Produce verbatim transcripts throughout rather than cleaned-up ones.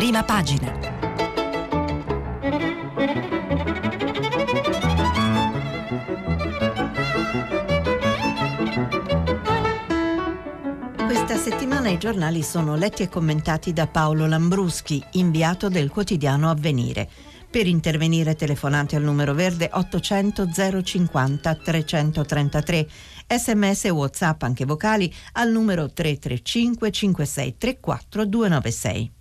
Prima pagina. Questa settimana i giornali sono letti e commentati da Paolo Lambruschi, inviato del quotidiano Avvenire. Per intervenire telefonate al numero verde ottocento zero cinquanta trecentotrentatré, sms e WhatsApp anche vocali al numero tre tre cinque cinque sei tre quattro due nove sei.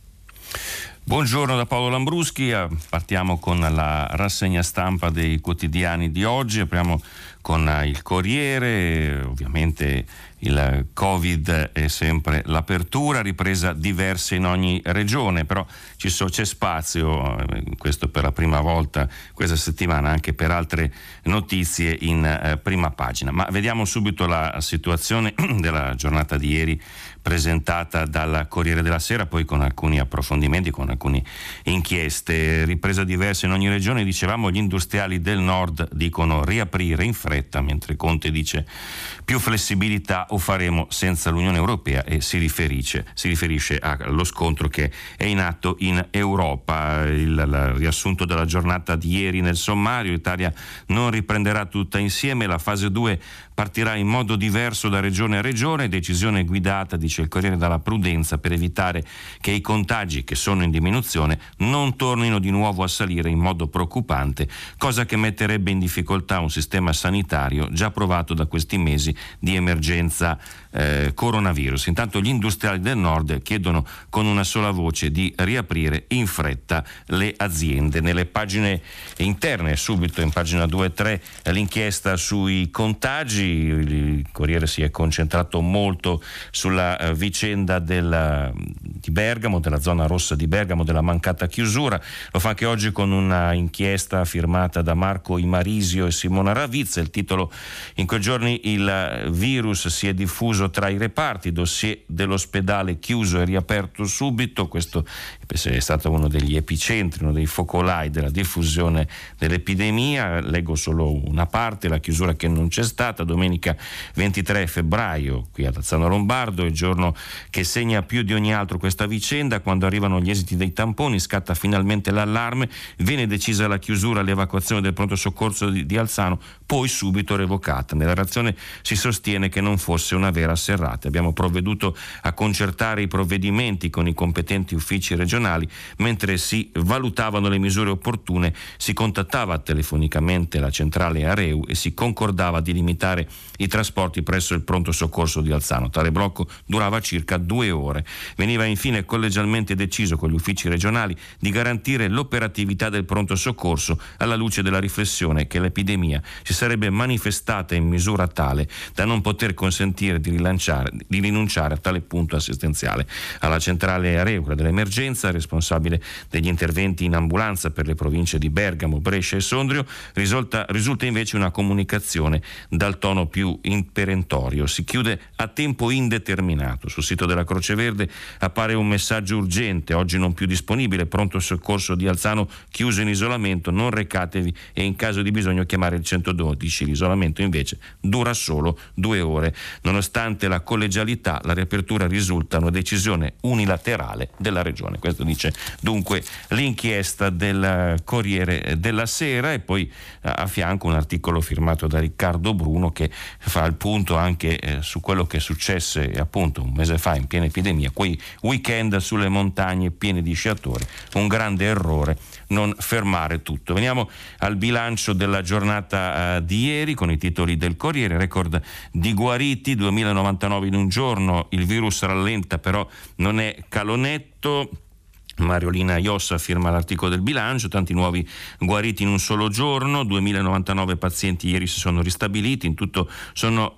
Buongiorno da Paolo Lambruschi, partiamo con la rassegna stampa dei quotidiani di oggi, apriamo con il Corriere, ovviamente il Covid è sempre l'apertura, ripresa diversa in ogni regione, però ci so, c'è spazio, questo per la prima volta questa settimana, anche per altre notizie in eh, prima pagina. Ma vediamo subito la situazione della giornata di ieri presentata dal Corriere della Sera, poi con alcuni approfondimenti, con alcune inchieste. Ripresa diversa in ogni regione, dicevamo, gli industriali del nord dicono riaprire in fretta, mentre Conte dice più flessibilità o faremo senza l'Unione Europea, e si riferisce, si riferisce allo scontro che è in atto in Europa. Il, il riassunto della giornata di ieri nel sommario: l'Italia non riprenderà tutta insieme, la fase due partirà in modo diverso da regione a regione, decisione guidata, dice il Corriere, dalla prudenza per evitare che i contagi, che sono in diminuzione, non tornino di nuovo a salire in modo preoccupante, cosa che metterebbe in difficoltà un sistema sanitario già provato da questi mesi di emergenza eh, coronavirus. Intanto gli industriali del nord chiedono con una sola voce di riaprire in fretta le aziende. Nelle pagine interne, subito in pagina due e tre, l'inchiesta sui contagi. Il Corriere si è concentrato molto sulla uh, vicenda della, di Bergamo, della zona rossa di Bergamo, della mancata chiusura. Lo fa anche oggi con una inchiesta firmata da Marco Imarisio e Simona Ravizza. Il titolo: in quei giorni il virus si è diffuso tra i reparti, dossier dell'ospedale chiuso e riaperto subito. Questo è stato uno degli epicentri, uno dei focolai della diffusione dell'epidemia. Leggo solo una parte: la chiusura che non c'è stata. Domenica ventitré febbraio, qui ad Azzano Lombardo, il giorno che segna più di ogni altro questa vicenda. Quando arrivano gli esiti dei tamponi scatta finalmente l'allarme, viene decisa la chiusura, l'evacuazione del pronto soccorso di, di Alzano, poi subito revocata. Nella relazione si sostiene che non fosse una vera serrata. Abbiamo provveduto a concertare i provvedimenti con i competenti uffici regionali, mentre si valutavano le misure opportune si contattava telefonicamente la centrale Areu e si concordava di limitare i trasporti presso il pronto soccorso di Alzano. Tale blocco durava circa due ore. Veniva infine collegialmente deciso con gli uffici regionali di garantire l'operatività del pronto soccorso alla luce della riflessione che l'epidemia si sarebbe manifestata in misura tale da non poter consentire di rilanciare, di rinunciare a tale punto assistenziale. Alla centrale Areu, quella dell'emergenza, responsabile degli interventi in ambulanza per le province di Bergamo, Brescia e Sondrio, risulta, risulta invece una comunicazione dal tono più imperentorio. Si chiude a tempo indeterminato. Sul sito della Croce Verde appare un messaggio urgente: oggi non più disponibile, pronto soccorso di Alzano chiuso in isolamento, non recatevi e in caso di bisogno chiamare il centododici. L'isolamento invece dura solo due ore. Nonostante la collegialità, la riapertura risulta una decisione unilaterale della regione. Questo dice dunque l'inchiesta del Corriere della Sera, e poi a fianco un articolo firmato da Riccardo Bruno che fa il punto anche eh, su quello che successe appunto un mese fa in piena epidemia, quei weekend sulle montagne pieni di sciatori. Un grande errore non fermare tutto. Veniamo al bilancio della giornata uh, di ieri con i titoli del Corriere. Record di guariti, duemilanovantanove in un giorno. Il virus rallenta, però non è calonetto. Mariolina Iossa firma l'articolo del bilancio: tanti nuovi guariti in un solo giorno, duemilanovantanove pazienti ieri si sono ristabiliti, in tutto sono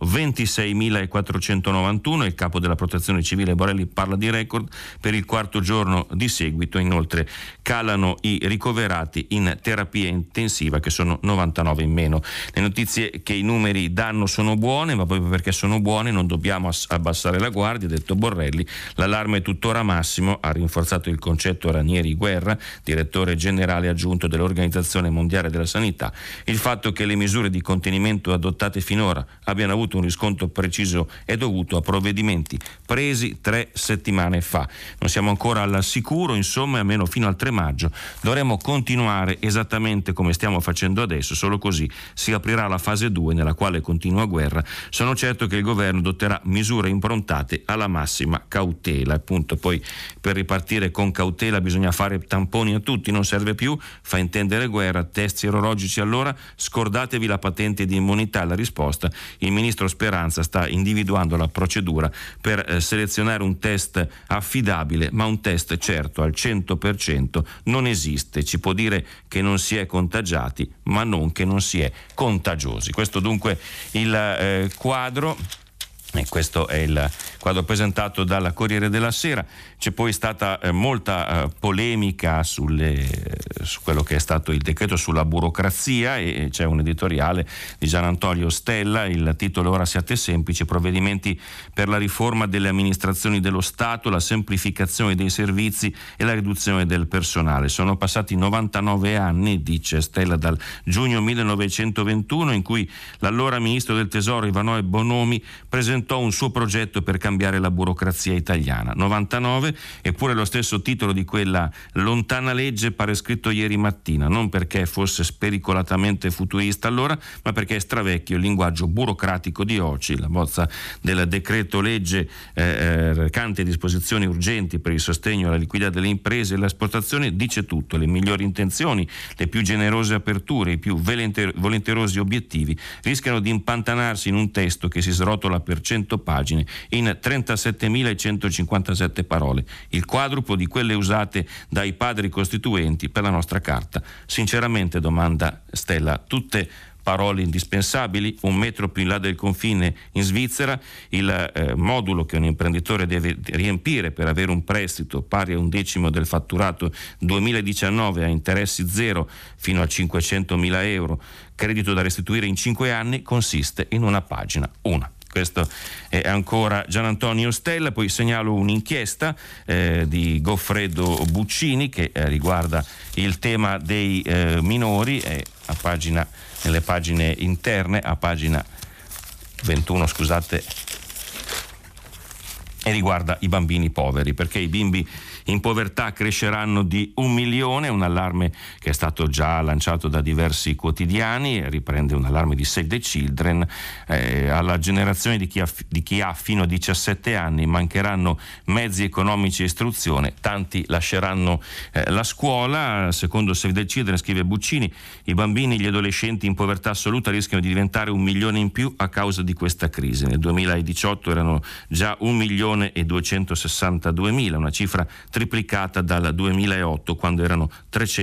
ventiseiemilaquattrocentonovantuno. Il capo della Protezione Civile Borelli parla di record per il quarto giorno di seguito. Inoltre calano i ricoverati in terapia intensiva, che sono novantanove in meno. Le notizie che i numeri danno sono buone, ma proprio perché sono buone non dobbiamo abbassare la guardia, ha detto Borrelli. L'allarme è tuttora massimo, ha rinforzato il concetto Concetto Ranieri Guerra, direttore generale aggiunto dell'Organizzazione Mondiale della Sanità, il fatto che le misure di contenimento adottate finora abbiano avuto un riscontro preciso è dovuto a provvedimenti presi tre settimane fa. Non siamo ancora al sicuro, insomma, almeno fino al tre maggio dovremo continuare esattamente come stiamo facendo adesso, solo così si aprirà la fase due nella quale continua Guerra. Sono certo che il governo adotterà misure improntate alla massima cautela. Appunto, poi per ripartire con cautela bisogna fare tamponi a tutti, non serve più, fa intendere Guerra. Test sierologici allora, scordatevi la patente di immunità. La risposta: il ministro Speranza sta individuando la procedura per eh, selezionare un test affidabile, ma un test certo al cento per cento non esiste. Ci può dire che non si è contagiati, ma non che non si è contagiosi. Questo dunque il eh, quadro. E questo è il quadro presentato dalla Corriere della Sera. C'è poi stata eh, molta eh, polemica sulle, su quello che è stato il decreto sulla burocrazia, e c'è un editoriale di Gian Antonio Stella, il titolo: ora siate semplici, provvedimenti per la riforma delle amministrazioni dello Stato, la semplificazione dei servizi e la riduzione del personale. Sono passati novantanove anni, dice Stella, dal giugno millenovecentoventuno in cui l'allora ministro del Tesoro Ivanoe Bonomi presentò un suo progetto per cambiare la burocrazia italiana. novantanove, eppure lo stesso titolo di quella lontana legge pare scritto ieri mattina, non perché fosse spericolatamente futurista allora, ma perché è stravecchio il linguaggio burocratico di oggi. La bozza del decreto legge eh, recante disposizioni urgenti per il sostegno alla liquidità delle imprese e l'esportazione dice tutto: le migliori intenzioni, le più generose aperture, i più volenter- volenterosi obiettivi rischiano di impantanarsi in un testo che si srotola per cento pagine in trentasettemilacentocinquantasette parole, il quadruplo di quelle usate dai padri costituenti per la nostra carta. Sinceramente, domanda Stella, tutte parole indispensabili? Un metro più in là del confine in Svizzera il eh, modulo che un imprenditore deve riempire per avere un prestito pari a un decimo del fatturato duemiladiciannove a interessi zero fino a cinquecentomila euro, credito da restituire in cinque anni, consiste in una pagina, una. Questo è ancora Gian Antonio Stella. Poi segnalo un'inchiesta eh, di Goffredo Buccini che eh, riguarda il tema dei eh, minori, eh, a pagina, nelle pagine interne, a pagina ventuno, scusate, e riguarda i bambini poveri, perché i bimbi in povertà cresceranno di un milione, un allarme che è stato già lanciato da diversi quotidiani, riprende un allarme di Save the Children. Eh, alla generazione di chi, ha, di chi ha fino a diciassette anni mancheranno mezzi economici e istruzione, tanti lasceranno eh, la scuola. Secondo Save the Children, scrive Buccini, i bambini e gli adolescenti in povertà assoluta rischiano di diventare un milione in più a causa di questa crisi. Nel duemiladiciotto erano già un milione e duecentosessantaduemila, una cifra triplicata dal duemilaotto, quando erano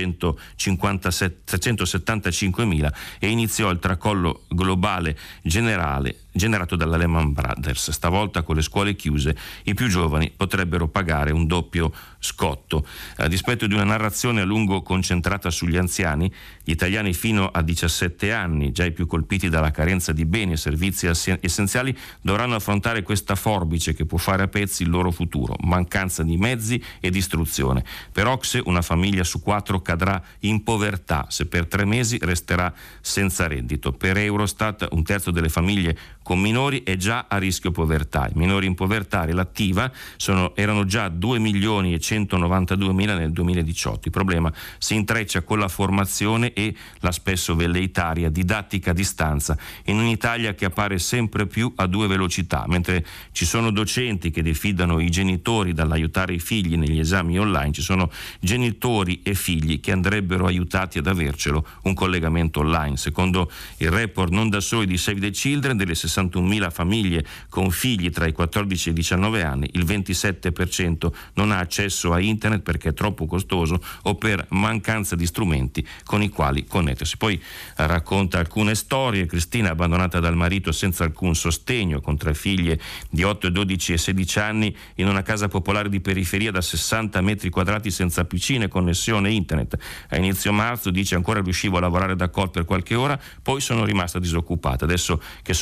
trecentosettantacinquemila, e iniziò il tracollo globale generale generato dalla Lehman Brothers. Stavolta, con le scuole chiuse, i più giovani potrebbero pagare un doppio scotto. A dispetto di una narrazione a lungo concentrata sugli anziani, gli italiani fino a diciassette anni, già i più colpiti dalla carenza di beni e servizi essenziali, dovranno affrontare questa forbice che può fare a pezzi il loro futuro: mancanza di mezzi e di istruzione. Per Ocse, una famiglia su quattro cadrà in povertà se per tre mesi resterà senza reddito. Per Eurostat, un terzo delle famiglie con minori è già a rischio povertà. I minori in povertà relativa sono, erano già due milioni e centonovantaduemila nel duemiladiciotto. Il problema si intreccia con la formazione e la spesso velleitaria didattica a distanza in un'Italia che appare sempre più a due velocità. Mentre ci sono docenti che diffidano i genitori dall'aiutare i figli negli esami online, ci sono genitori e figli che andrebbero aiutati ad avercelo un collegamento online. Secondo il report non da soli di Save the Children, delle sessantunomila famiglie con figli tra i quattordici e i diciannove anni, il ventisette per cento non ha accesso a internet perché è troppo costoso o per mancanza di strumenti con i quali connettersi. Poi racconta alcune storie: Cristina, abbandonata dal marito senza alcun sostegno, con tre figlie di otto, dodici e sedici anni, in una casa popolare di periferia da sessanta metri quadrati senza piscina e connessione internet. A inizio marzo, dice, ancora riuscivo a lavorare da call per qualche ora, poi sono rimasta disoccupata. Adesso che sono a casa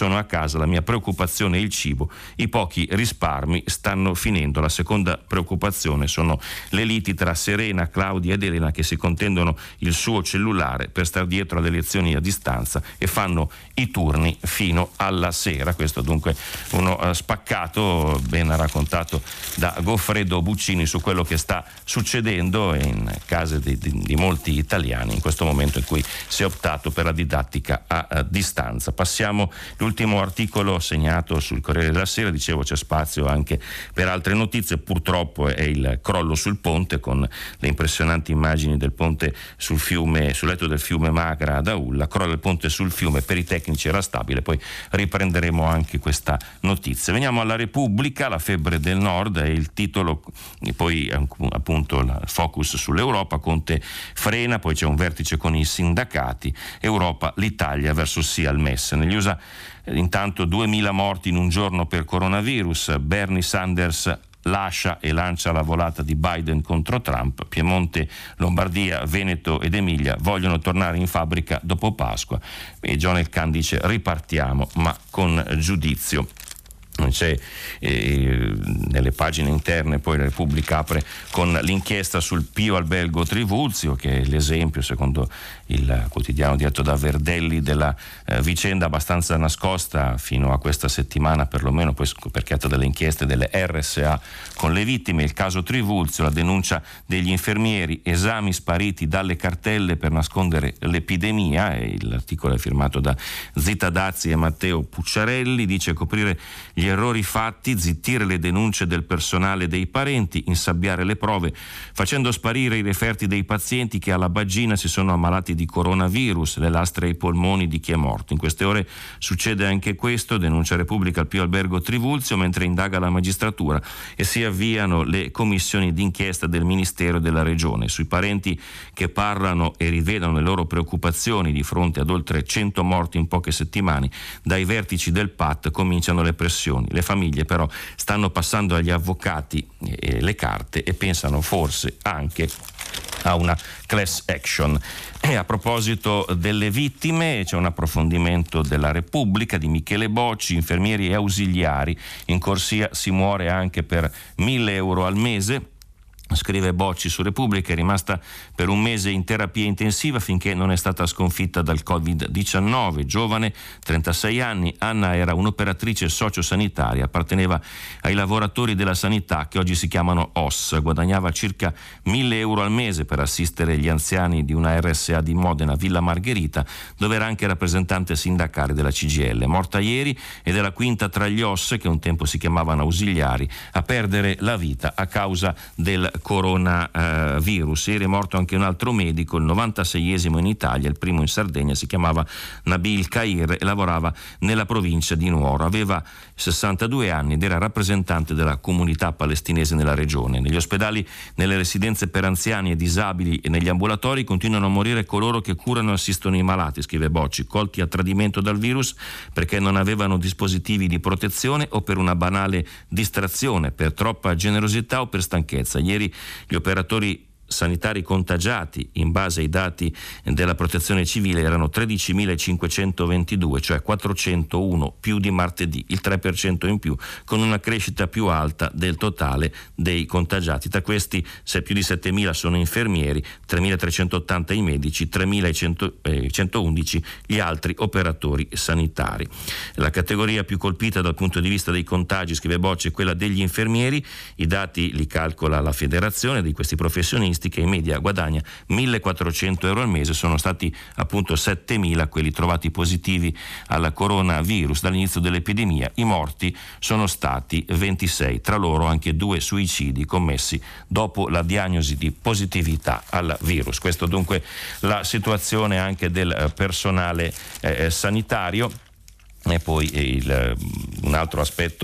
casa, la mia preoccupazione è il cibo, i pochi risparmi stanno finendo. La seconda preoccupazione sono le liti tra Serena, Claudia ed Elena che si contendono il suo cellulare per star dietro alle lezioni a distanza e fanno i turni fino alla sera. Questo dunque uno uh, spaccato ben raccontato da Goffredo Buccini su quello che sta succedendo in case di, di, di molti italiani in questo momento in cui si è optato per la didattica a, a distanza. Passiamo l'ultimo articolo segnato sul Corriere della Sera, dicevo c'è spazio anche per altre notizie, purtroppo è il crollo sul ponte con le impressionanti immagini del ponte sul fiume, sul letto del fiume Magra ad Aulla, crolla il ponte sul fiume, per i tecnici era stabile, poi riprenderemo anche questa notizia. Veniamo alla Repubblica, la febbre del Nord è il titolo, e poi appunto il focus sull'Europa, Conte frena, poi c'è un vertice con i sindacati, Europa, l'Italia verso sì al M E S. Negli U S A intanto duemila morti in un giorno per coronavirus, Bernie Sanders lascia e lancia la volata di Biden contro Trump, Piemonte, Lombardia, Veneto ed Emilia vogliono tornare in fabbrica dopo Pasqua e John Elkann dice ripartiamo ma con giudizio. C'è eh, nelle pagine interne, poi la Repubblica apre con l'inchiesta sul Pio Albergo Trivulzio, che è l'esempio, secondo il quotidiano diretto da Verdelli, della eh, vicenda abbastanza nascosta fino a questa settimana perlomeno, poi scoperchiata delle inchieste delle R S A con le vittime. Il caso Trivulzio, la denuncia degli infermieri, esami spariti dalle cartelle per nascondere l'epidemia, e l'articolo è firmato da Zita Dazzi e Matteo Pucciarelli, dice coprire gli errori fatti, zittire le denunce del personale e dei parenti, insabbiare le prove, facendo sparire i referti dei pazienti che alla Baggina si sono ammalati di coronavirus, le lastre ai polmoni di chi è morto. In queste ore succede anche questo, denuncia Repubblica al Pio Albergo Trivulzio, mentre indaga la magistratura e si avviano le commissioni d'inchiesta del Ministero e della Regione. Sui parenti che parlano e rivedono le loro preoccupazioni di fronte ad oltre cento morti in poche settimane, dai vertici del P A T cominciano le pressioni. Le famiglie però stanno passando agli avvocati eh, le carte e pensano forse anche a una class action. E a proposito delle vittime c'è un approfondimento della Repubblica di Michele Bocci, infermieri e ausiliari, in corsia si muore anche per mille euro al mese. Scrive Bocci su Repubblica, è rimasta per un mese in terapia intensiva finché non è stata sconfitta dal covid diciannove. Giovane, trentasei anni, Anna era un'operatrice sociosanitaria, apparteneva ai lavoratori della sanità che oggi si chiamano O S. Guadagnava circa mille euro al mese per assistere gli anziani di una R S A di Modena, Villa Margherita, dove era anche rappresentante sindacale della C G I L. Morta ieri ed è la quinta tra gli O S, che un tempo si chiamavano ausiliari, a perdere la vita a causa del coronavirus. Ieri è morto anche un altro medico, il novantaseiesimo in Italia, il primo in Sardegna, si chiamava Nabil Kair e lavorava nella provincia di Nuoro. Aveva sessantadue anni ed era rappresentante della comunità palestinese nella regione. Negli ospedali, nelle residenze per anziani e disabili e negli ambulatori continuano a morire coloro che curano e assistono i malati, scrive Bocci, colti a tradimento dal virus perché non avevano dispositivi di protezione o per una banale distrazione, per troppa generosità o per stanchezza. Ieri gli operatori sanitari contagiati in base ai dati della Protezione Civile erano tredicimilacinquecentoventidue, cioè quattrocentouno più di martedì, il tre per cento in più, con una crescita più alta del totale dei contagiati. Tra questi più di settemila sono infermieri, tremilatrecentottanta i medici, tremilacentoundici gli altri operatori sanitari. La categoria più colpita dal punto di vista dei contagi, scrive Bocci, è quella degli infermieri. I dati li calcola la federazione di questi professionisti, che in media guadagna millequattrocento euro al mese. Sono stati appunto settemila quelli trovati positivi al coronavirus dall'inizio dell'epidemia. I morti sono stati ventisei, tra loro anche due suicidi commessi dopo la diagnosi di positività al virus. Questo dunque la situazione anche del personale eh, sanitario. E poi il, un altro aspetto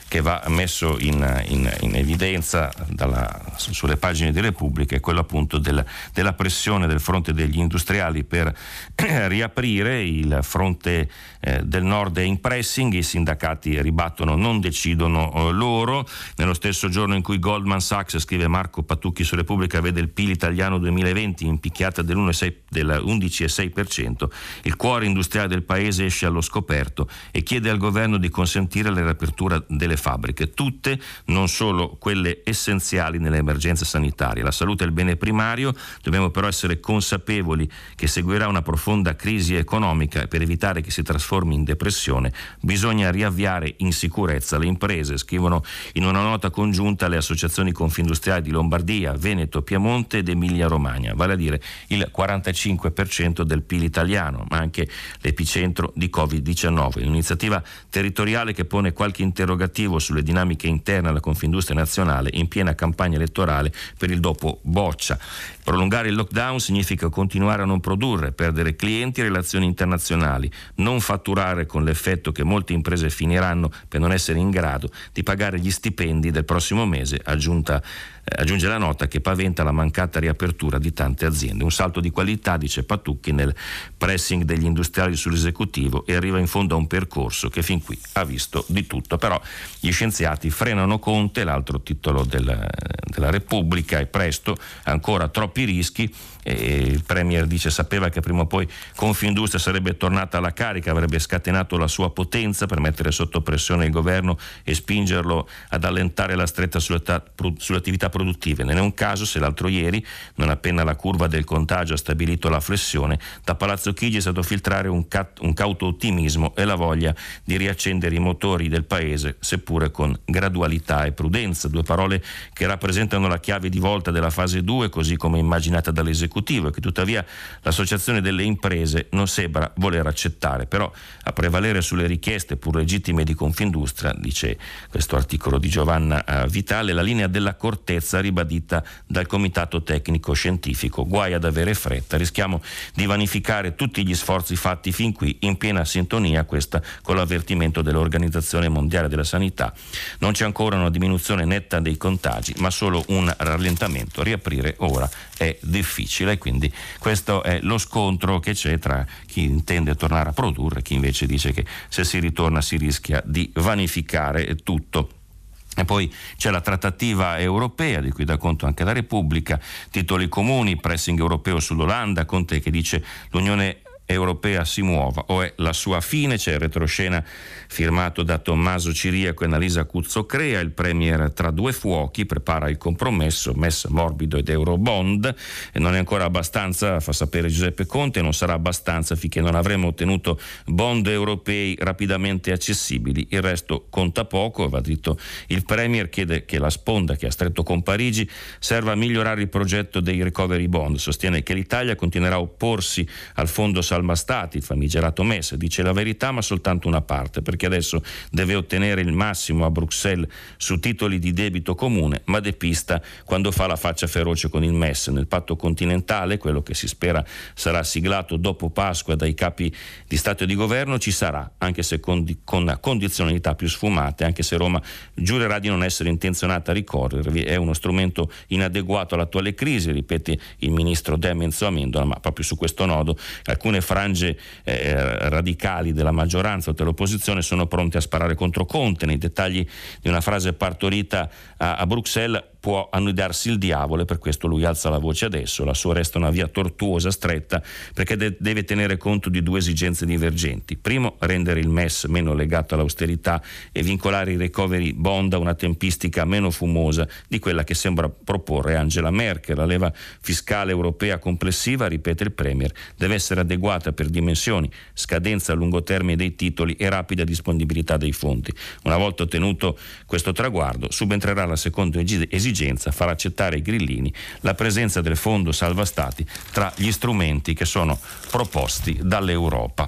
che va messo in, in, in evidenza dalla, sulle pagine di Repubblica, è quello appunto della, della pressione del fronte degli industriali per riaprire. Il fronte eh, del nord è in pressing, i sindacati ribattono, non decidono eh, loro. Nello stesso giorno in cui Goldman Sachs, scrive Marco Patucchi su Repubblica, vede il P I L italiano duemilaventi in picchiata dell'undici virgola sei per cento, il cuore industriale del paese esce allo scoperto e chiede al governo di consentire la riapertura delle fabbriche, tutte, non solo quelle essenziali nell'emergenza sanitaria. La salute è il bene primario, dobbiamo però essere consapevoli che seguirà una profonda crisi economica e per evitare che si trasformi in depressione bisogna riavviare in sicurezza le imprese, scrivono in una nota congiunta le associazioni confindustriali di Lombardia, Veneto, Piemonte ed Emilia Romagna, vale a dire il quarantacinque per cento del P I L italiano, ma anche l'epicentro di covid diciannove. Un'iniziativa territoriale che pone qualche interrogativo sulle dinamiche interne alla Confindustria nazionale in piena campagna elettorale per il dopo Boccia. Prolungare il lockdown significa continuare a non produrre, perdere clienti e relazioni internazionali, non fatturare, con l'effetto che molte imprese finiranno per non essere in grado di pagare gli stipendi del prossimo mese, aggiunta Aggiunge la nota che paventa la mancata riapertura di tante aziende. Un salto di qualità, dice Patucchi, nel pressing degli industriali sull'esecutivo e arriva in fondo a un percorso che fin qui ha visto di tutto. Però gli scienziati frenano Conte, l'altro titolo della, della Repubblica, e presto, ancora troppi rischi. E il Premier dice sapeva che prima o poi Confindustria sarebbe tornata alla carica, avrebbe scatenato la sua potenza per mettere sotto pressione il governo e spingerlo ad allentare la stretta sulle, sulle attività produttive. Non è un caso se l'altro ieri, non appena la curva del contagio ha stabilito la flessione, da Palazzo Chigi è stato filtrare un, cat, un cauto ottimismo e la voglia di riaccendere i motori del paese, seppure con gradualità e prudenza, due parole che rappresentano la chiave di volta della fase due così come immaginata dall'esecutivo, e che tuttavia l'associazione delle imprese non sembra voler accettare. Però a prevalere sulle richieste pur legittime di Confindustria, dice questo articolo di Giovanna Vitale, la linea dell'accortezza ribadita dal Comitato Tecnico Scientifico. Guai ad avere fretta, rischiamo di vanificare tutti gli sforzi fatti fin qui, in piena sintonia questa con l'avvertimento dell'Organizzazione Mondiale della Sanità. Non c'è ancora una diminuzione netta dei contagi, ma solo un rallentamento. Riaprire ora è difficile, e quindi questo è lo scontro che c'è tra chi intende tornare a produrre e chi invece dice che se si ritorna si rischia di vanificare tutto. E poi c'è la trattativa europea di cui dà conto anche la Repubblica, titoli comuni, pressing europeo sull'Olanda, Conte che dice l'Unione europea si muova o è la sua fine. C'è il retroscena firmato da Tommaso Ciriaco e Annalisa Cuzzocrea. Il Premier tra due fuochi prepara il compromesso, M E S morbido ed Eurobond, e non è ancora abbastanza, fa sapere Giuseppe Conte, non sarà abbastanza finché non avremo ottenuto bond europei rapidamente accessibili, il resto conta poco, va detto il Premier. Chiede che la sponda che ha stretto con Parigi serva a migliorare il progetto dei recovery bond, sostiene che l'Italia continuerà a opporsi al fondo Salva Stati, il famigerato M E S, dice la verità ma soltanto una parte, perché adesso deve ottenere il massimo a Bruxelles su titoli di debito comune, ma depista quando fa la faccia feroce con il M E S. Nel patto continentale, quello che si spera sarà siglato dopo Pasqua dai capi di Stato e di Governo, ci sarà, anche se con, con condizionalità più sfumate, anche se Roma giurerà di non essere intenzionata a ricorrervi. È uno strumento inadeguato all'attuale crisi, ripete il ministro De Menzo Amendola, ma proprio su questo nodo alcune frange eh, radicali della maggioranza o dell'opposizione sono pronte a sparare contro Conte. Nei dettagli di una frase partorita a, a Bruxelles può annudarsi il diavolo e per questo lui alza la voce adesso. La sua resta una via tortuosa, stretta, perché de- deve tenere conto di due esigenze divergenti. Primo, rendere il M E S meno legato all'austerità e vincolare i recovery bond a una tempistica meno fumosa di quella che sembra proporre Angela Merkel. La leva fiscale europea complessiva, ripete il Premier, deve essere adeguata per dimensioni, scadenza a lungo termine dei titoli e rapida disponibilità dei fondi. Una volta ottenuto questo traguardo, subentrerà la seconda esigenza, far accettare ai grillini la presenza del fondo salva stati tra gli strumenti che sono proposti dall'Europa.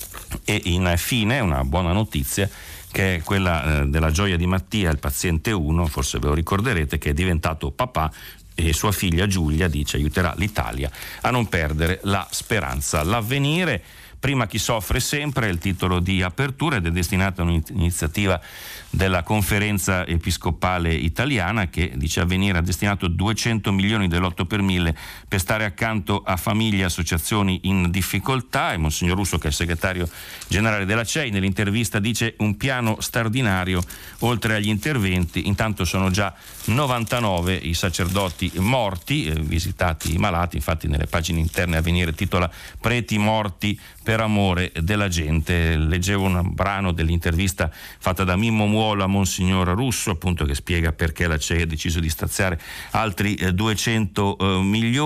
E infine una buona notizia, che è quella eh, della gioia di Mattia, il paziente uno, forse ve lo ricorderete, che è diventato papà e sua figlia Giulia, dice, aiuterà l'Italia a non perdere la speranza. L'Avvenire Prima chi soffre sempre è il titolo di apertura ed è destinato a un'iniziativa della Conferenza Episcopale Italiana che, dice Avvenire, ha destinato duecento milioni dell'otto per mille per stare accanto a famiglie e associazioni in difficoltà, e Monsignor Russo, che è il segretario generale della C E I, nell'intervista dice un piano straordinario oltre agli interventi. Intanto sono già novantanove i sacerdoti morti, eh, visitati i malati, infatti nelle pagine interne Avvenire titola Preti morti per amore della gente. Leggevo un brano dell'intervista fatta da Mimmo Muolo a Monsignor Russo, appunto, che spiega perché la C E I ha deciso di stanziare altri eh, duecento eh,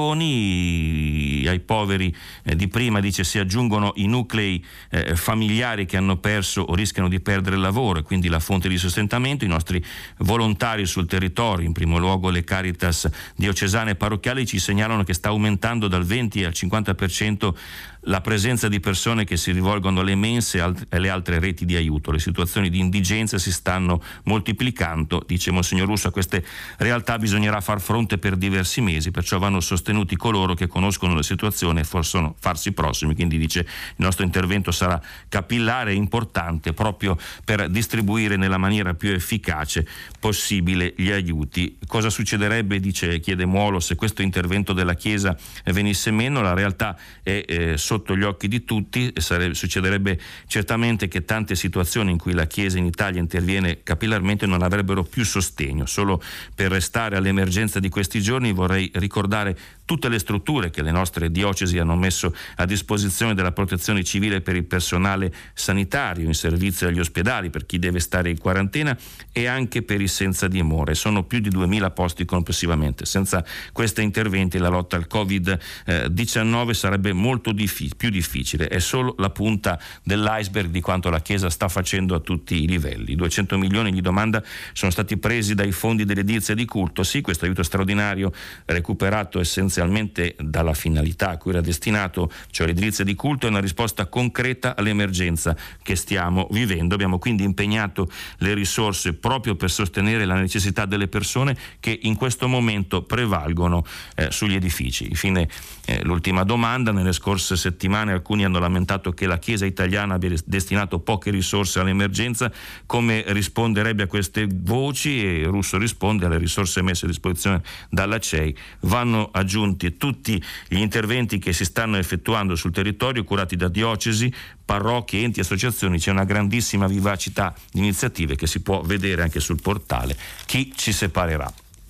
milioni ai poveri eh, di prima. Dice si aggiungono i nuclei eh, familiari che hanno perso o rischiano di perdere il lavoro e quindi la fonte di sostentamento. I nostri volontari sul territorio, in primo luogo le Caritas diocesane e parrocchiali, ci segnalano che sta aumentando dal venti al cinquanta per cento la presenza di persone che si rivolgono alle mense e alle altre reti di aiuto. Le situazioni di indigenza si stanno moltiplicando, dice Monsignor Russo. A queste realtà bisognerà far fronte per diversi mesi, perciò vanno sostenuti coloro che conoscono la situazione e possono farsi prossimi. Quindi dice il nostro intervento sarà capillare e importante proprio per distribuire nella maniera più efficace possibile gli aiuti. Cosa succederebbe, dice, chiede Muolo, se questo intervento della Chiesa venisse meno? La realtà è eh, sotto gli occhi di tutti. Sarebbe, succederebbe certamente che tante situazioni in cui la Chiesa in Italia interviene capillarmente non avrebbero più sostegno. Solo per restare all'emergenza di questi giorni vorrei ricordare tutte le strutture che le nostre diocesi hanno messo a disposizione della protezione civile per il personale sanitario in servizio agli ospedali, per chi deve stare in quarantena e anche per i senza dimora. Sono più di duemila posti complessivamente. Senza questi interventi la lotta al covid diciannove sarebbe molto difficile, più difficile. È solo la punta dell'iceberg di quanto la Chiesa sta facendo a tutti i livelli. duecento milioni, gli domanda, sono stati presi dai fondi dell'edilizia di culto. Sì, questo aiuto straordinario recuperato essenzialmente dalla finalità a cui era destinato, cioè l'edilizia di culto, è una risposta concreta all'emergenza che stiamo vivendo. Abbiamo quindi impegnato le risorse proprio per sostenere la necessità delle persone che in questo momento prevalgono eh, sugli edifici. Infine eh, l'ultima domanda: nelle scorse settimane alcuni hanno lamentato che la Chiesa italiana abbia destinato poche risorse all'emergenza. Come risponderebbe a queste voci? E Russo risponde: alle risorse messe a disposizione dalla C E I vanno aggiunti tutti gli interventi che si stanno effettuando sul territorio, curati da diocesi, parrocchie, enti, associazioni. C'è una grandissima vivacità di iniziative che si può vedere anche sul portale Chi ci separerà.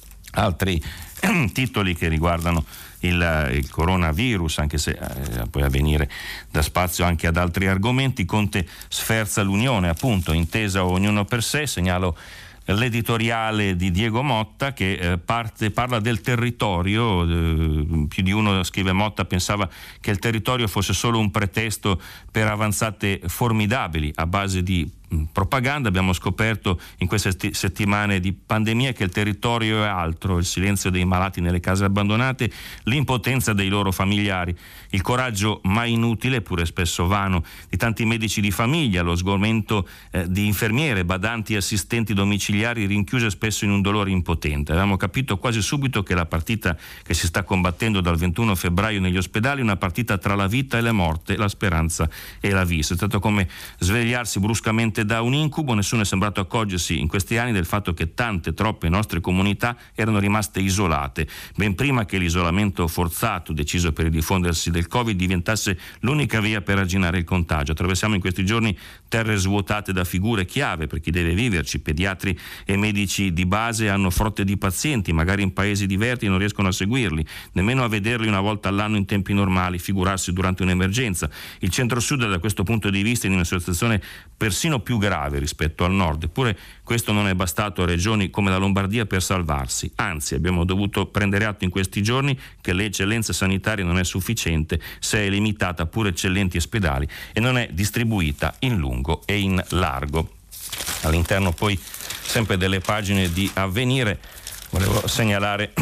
Altri titoli che riguardano il, il coronavirus, anche se eh, poi Avvenire dà spazio anche ad altri argomenti. Conte sferza l'Unione, appunto, intesa ognuno per sé. Segnalo l'editoriale di Diego Motta che eh, parte, parla del territorio. Eh, più di uno, scrive Motta, pensava che il territorio fosse solo un pretesto per avanzate formidabili a base di propaganda. Abbiamo scoperto in queste settimane di pandemia che il territorio è altro: il silenzio dei malati nelle case abbandonate, l'impotenza dei loro familiari, il coraggio mai inutile, eppure spesso vano, di tanti medici di famiglia, lo sgomento eh, di infermiere, badanti e assistenti domiciliari rinchiuse spesso in un dolore impotente. Avevamo capito quasi subito che la partita che si sta combattendo dal ventuno febbraio negli ospedali è una partita tra la vita e la morte, la speranza e la vita. È stato come svegliarsi bruscamente da un incubo. Nessuno è sembrato accorgersi in questi anni del fatto che tante, troppe nostre comunità erano rimaste isolate, ben prima che l'isolamento forzato deciso per il diffondersi del Covid diventasse l'unica via per arginare il contagio. Attraversiamo in questi giorni terre svuotate da figure chiave per chi deve viverci. Pediatri e medici di base hanno frotte di pazienti, magari in paesi diversi, e non riescono a seguirli, nemmeno a vederli una volta all'anno in tempi normali, figurarsi durante un'emergenza. Il centro-sud da questo punto di vista è in una situazione persino più grave rispetto al nord, eppure questo non è bastato a regioni come la Lombardia per salvarsi. Anzi, abbiamo dovuto prendere atto in questi giorni che l'eccellenza sanitaria non è sufficiente se è limitata a pure eccellenti ospedali e non è distribuita in lungo e in largo. All'interno poi sempre delle pagine di Avvenire volevo segnalare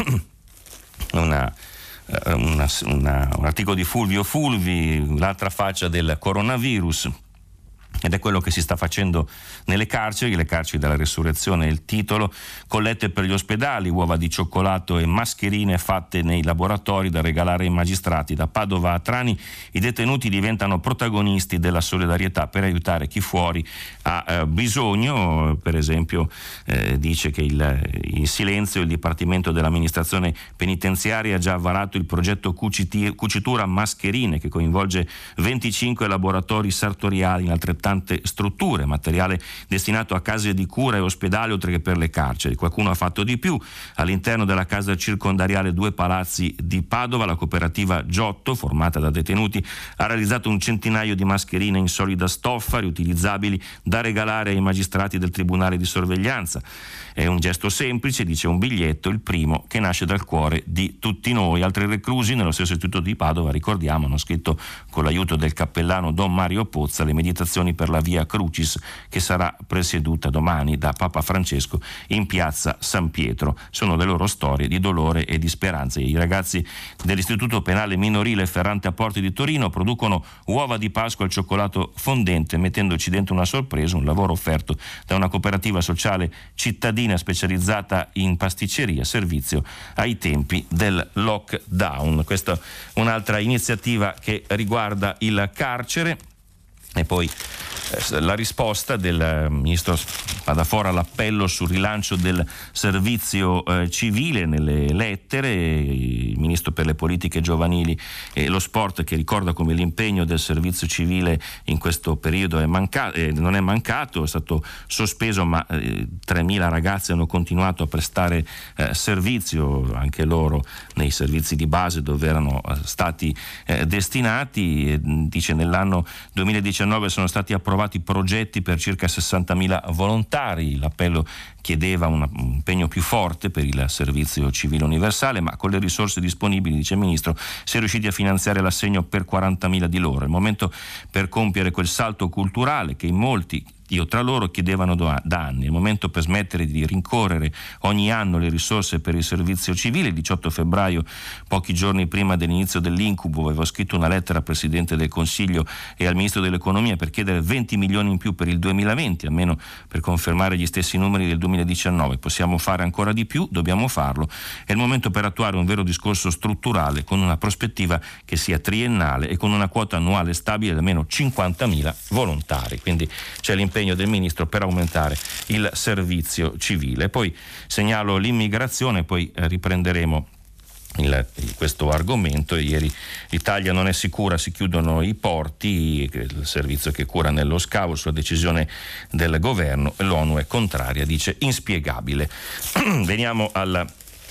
una Una, una, un articolo di Fulvio Fulvi, l'altra faccia del coronavirus, Ed è quello che si sta facendo nelle carceri, le carceri della resurrezione è il titolo, collette per gli ospedali, uova di cioccolato e mascherine fatte nei laboratori da regalare ai magistrati. Da Padova a Trani i detenuti diventano protagonisti della solidarietà per aiutare chi fuori ha eh, bisogno. Per esempio eh, dice che il, in silenzio il Dipartimento dell'amministrazione penitenziaria ha già avvarato il progetto Cuciti, Cucitura Mascherine, che coinvolge venticinque laboratori sartoriali in altrettanto strutture, materiale destinato a case di cura e ospedali oltre che per le carceri. Qualcuno ha fatto di più. All'interno della casa circondariale Due Palazzi di Padova, la cooperativa Giotto, formata da detenuti, ha realizzato un centinaio di mascherine in solida stoffa riutilizzabili da regalare ai magistrati del Tribunale di Sorveglianza. È un gesto semplice, dice un biglietto, il primo che nasce dal cuore di tutti noi. Altri reclusi nello stesso istituto di Padova, ricordiamo, hanno scritto con l'aiuto del cappellano Don Mario Pozza le meditazioni per la Via Crucis, che sarà presieduta domani da Papa Francesco in piazza San Pietro. Sono le loro storie di dolore e di speranza. I ragazzi dell'Istituto Penale Minorile Ferrante a Porti di Torino producono uova di Pasqua al cioccolato fondente, mettendoci dentro una sorpresa, un lavoro offerto da una cooperativa sociale cittadina specializzata in pasticceria, servizio ai tempi del lockdown. Questa è un'altra iniziativa che riguarda il carcere. E poi eh, la risposta del ministro Spadafora all'appello sul rilancio del servizio eh, civile nelle lettere. Il ministro per le politiche giovanili e lo sport, che ricorda come l'impegno del servizio civile in questo periodo è mancato, eh, non è mancato, è stato sospeso, ma eh, tremila ragazzi hanno continuato a prestare eh, servizio, anche loro nei servizi di base dove erano eh, stati eh, destinati. E, dice, nell'anno duemiladiciannove sono stati approvati progetti per circa sessantamila volontari. L'appello chiedeva un impegno più forte per il servizio civile universale, ma con le risorse disponibili, dice il ministro, si è riusciti a finanziare l'assegno per quarantamila di loro. È il momento per compiere quel salto culturale che in molti, io tra loro, chiedevano da anni. È il momento per smettere di rincorrere ogni anno le risorse per il servizio civile. Il diciotto febbraio, pochi giorni prima dell'inizio dell'incubo, avevo scritto una lettera al Presidente del Consiglio e al Ministro dell'Economia per chiedere venti milioni in più per il duemilaventi, almeno per confermare gli stessi numeri del duemiladiciannove. Possiamo fare ancora di più, dobbiamo farlo. È il momento per attuare un vero discorso strutturale con una prospettiva che sia triennale e con una quota annuale stabile di almeno cinquantamila volontari. Quindi c'è l'impegno del ministro per aumentare il servizio civile. Poi segnalo l'immigrazione, poi riprenderemo Il, questo argomento. Ieri l'Italia non è sicura, si chiudono i porti, il servizio che cura nello scavo sulla decisione del governo. L'ONU è contraria, dice inspiegabile. veniamo al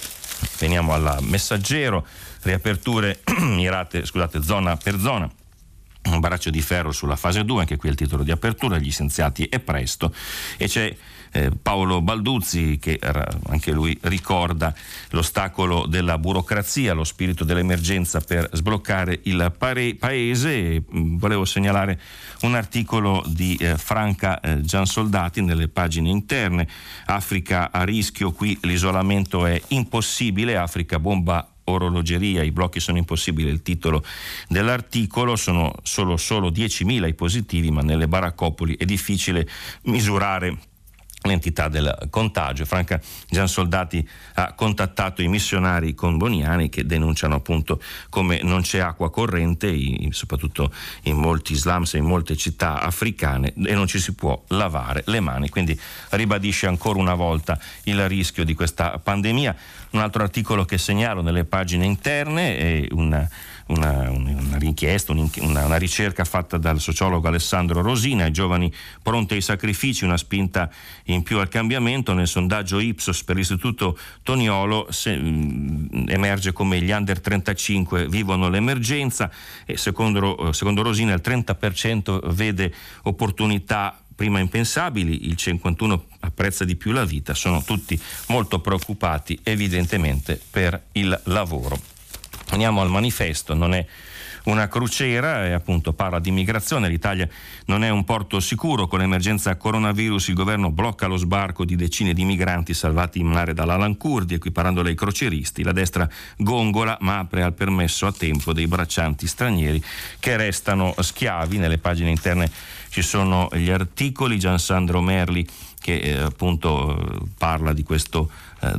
veniamo al Messaggero. Riaperture mirate, scusate, zona per zona. Un braccio di ferro sulla fase due, anche qui è il titolo di apertura, gli scienziati è presto. E c'è eh, Paolo Balduzzi che eh, anche lui ricorda l'ostacolo della burocrazia, lo spirito dell'emergenza per sbloccare il pare- paese. E, mh, volevo segnalare un articolo di eh, Franca eh, Giansoldati nelle pagine interne. Africa a rischio, qui l'isolamento è impossibile, Africa bomba orologeria, i blocchi sono impossibili, il titolo dell'articolo. Sono solo, solo diecimila i positivi, ma nelle baraccopoli è difficile misurare l'entità del contagio. Franca Giansoldati ha contattato i missionari comboniani che denunciano appunto come non c'è acqua corrente, in, soprattutto in molti slums e in molte città africane, e non ci si può lavare le mani. Quindi ribadisce ancora una volta il rischio di questa pandemia. Un altro articolo che segnalo nelle pagine interne è una Una, una richiesta, una, una ricerca fatta dal sociologo Alessandro Rosina, ai giovani pronti ai sacrifici, una spinta in più al cambiamento. Nel sondaggio Ipsos per l'Istituto Toniolo se, mh, emerge come gli under trentacinque vivono l'emergenza e secondo, secondo Rosina il trenta per cento vede opportunità prima impensabili, il cinquantuno per cento apprezza di più la vita, sono tutti molto preoccupati evidentemente per il lavoro. Andiamo al Manifesto, non è una crociera e appunto parla di migrazione. L'Italia non è un porto sicuro, con l'emergenza coronavirus il governo blocca lo sbarco di decine di migranti salvati in mare dall'Alan Kurdi, equiparandoli ai crocieristi. La destra gongola ma apre al permesso a tempo dei braccianti stranieri che restano schiavi. Nelle pagine interne ci sono gli articoli, Giansandro Merli che eh, appunto parla di questo eh,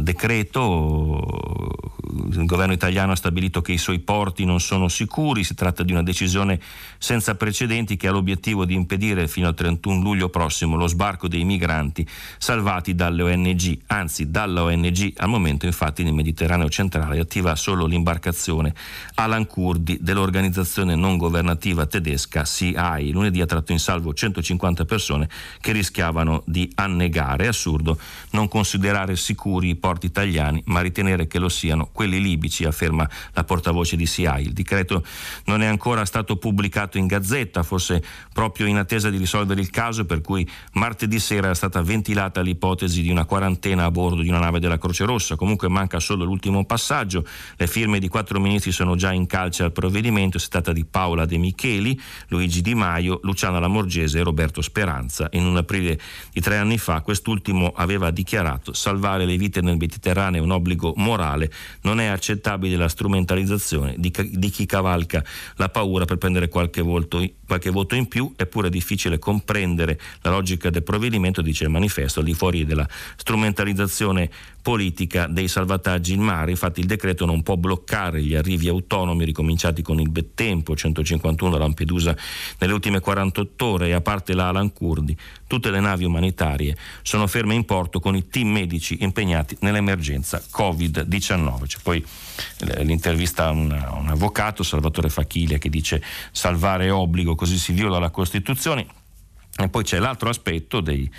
decreto. Il governo italiano ha stabilito che i suoi porti non sono sicuri, si tratta di una decisione senza precedenti che ha l'obiettivo di impedire fino al trentuno luglio prossimo lo sbarco dei migranti salvati dalle O N G, anzi dalla O N G al momento infatti nel Mediterraneo centrale è attiva solo l'imbarcazione Alan Kurdi dell'organizzazione non governativa tedesca Sea I. Lunedì ha tratto in salvo centocinquanta persone che rischiavano di annegare. È assurdo non considerare sicuri i porti italiani ma ritenere che lo siano quelli libici, afferma la portavoce di Sea I. Il decreto non è ancora stato pubblicato in Gazzetta, forse proprio in attesa di risolvere il caso, per cui martedì sera è stata ventilata l'ipotesi di una quarantena a bordo di una nave della Croce Rossa. Comunque manca solo l'ultimo passaggio. Le firme di quattro ministri sono già in calce al provvedimento. Si tratta di Paola De Micheli, Luigi Di Maio, Luciana Lamorgese e Roberto Speranza. In un aprile di tre anni fa quest'ultimo aveva dichiarato: salvare le vite nel Mediterraneo è un obbligo morale, non è accettabile la strumentalizzazione di, di chi cavalca la paura per prendere qualche voto, qualche voto in più. Eppure è difficile comprendere la logica del provvedimento, dice il manifesto, al di fuori della strumentalizzazione politica dei salvataggi in mare. Infatti il decreto non può bloccare gli arrivi autonomi ricominciati con il Bettempo, centocinquantuno a Lampedusa nelle ultime quarantotto ore, e a parte la Alan Kurdi tutte le navi umanitarie sono ferme in porto con i team medici impegnati nell'emergenza covid diciannove. C'è poi l'intervista a un, un avvocato, Salvatore Facchiglia, che dice: salvare è obbligo, così si viola la Costituzione. E poi c'è l'altro aspetto dei,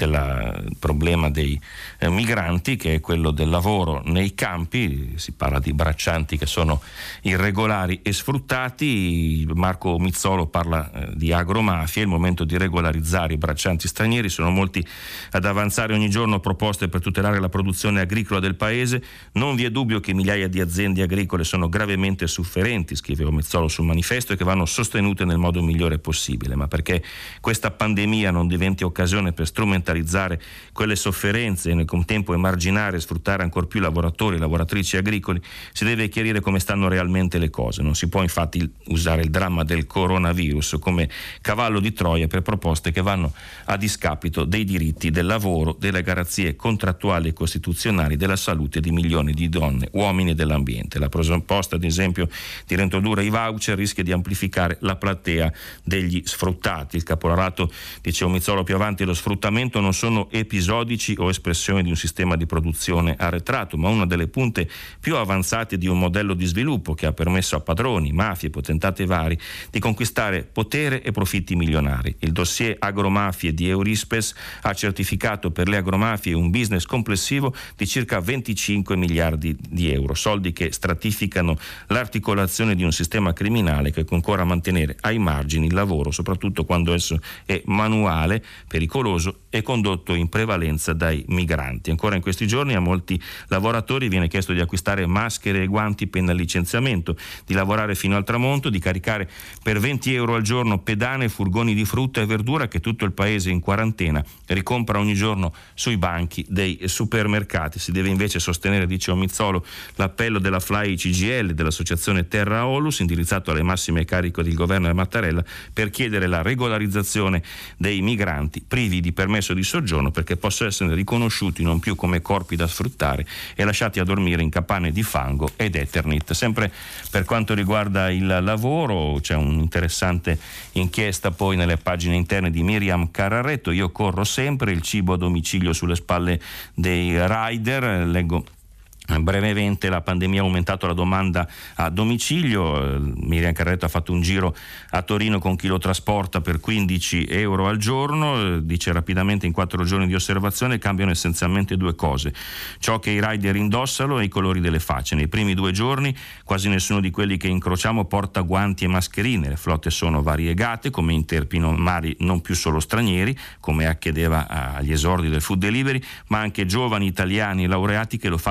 del problema dei eh, migranti, che è quello del lavoro nei campi. Si parla di braccianti che sono irregolari e sfruttati. Marco Mizzolo parla eh, di agromafia. È il momento di regolarizzare i braccianti stranieri. Sono molti ad avanzare ogni giorno proposte per tutelare la produzione agricola del paese. Non vi è dubbio che migliaia di aziende agricole sono gravemente sofferenti, scrive Mizzolo sul manifesto, e che vanno sostenute nel modo migliore possibile. Ma perché questa pandemia non diventi occasione per strumentalizzare quelle sofferenze e nel contempo emarginare e sfruttare ancor più lavoratori e lavoratrici agricoli, si deve chiarire come stanno realmente le cose. Non si può infatti usare il dramma del coronavirus come cavallo di Troia per proposte che vanno a discapito dei diritti del lavoro, delle garanzie contrattuali e costituzionali, della salute di milioni di donne, uomini e dell'ambiente. La proposta, ad esempio, di reintrodurre i voucher rischia di amplificare la platea degli sfruttati. Il caporalato, dice Mizzolo più avanti, lo sfruttamento non sono episodici o espressione di un sistema di produzione arretrato, ma una delle punte più avanzate di un modello di sviluppo che ha permesso a padroni, mafie, potentate vari di conquistare potere e profitti milionari. Il dossier agromafie di Eurispes ha certificato per le agromafie un business complessivo di circa venticinque miliardi di euro, soldi che stratificano l'articolazione di un sistema criminale che concorre a mantenere ai margini il lavoro, soprattutto quando esso è manuale, pericoloso e condotto in prevalenza dai migranti. Ancora in questi giorni a molti lavoratori viene chiesto di acquistare maschere e guanti pena licenziamento, di lavorare fino al tramonto, di caricare per venti euro al giorno pedane e furgoni di frutta e verdura che tutto il paese in quarantena ricompra ogni giorno sui banchi dei supermercati. Si deve invece sostenere, dice Mizzolo, l'appello della Fly C G L, dell'associazione Terra Olus, indirizzato alle massime cariche del governo e Mattarella, per chiedere la regolarizzazione dei migranti privi di permesso di soggiorno, perché possono essere riconosciuti non più come corpi da sfruttare e lasciati a dormire in capanne di fango ed Eternit. Sempre per quanto riguarda il lavoro c'è un'interessante inchiesta poi nelle pagine interne di Miriam Carraretto. Io corro sempre, il cibo a domicilio sulle spalle dei rider. Leggo brevemente: la pandemia ha aumentato la domanda a domicilio. Miriam Carretto ha fatto un giro a Torino con chi lo trasporta per quindici euro al giorno. Dice rapidamente: in quattro giorni di osservazione cambiano essenzialmente due cose: ciò che i rider indossano e i colori delle facce. Nei primi due giorni quasi nessuno di quelli che incrociamo porta guanti e mascherine. Le flotte sono variegate, come interpino mari non più solo stranieri, come accadeva agli esordi del food delivery, ma anche giovani italiani laureati che lo fanno per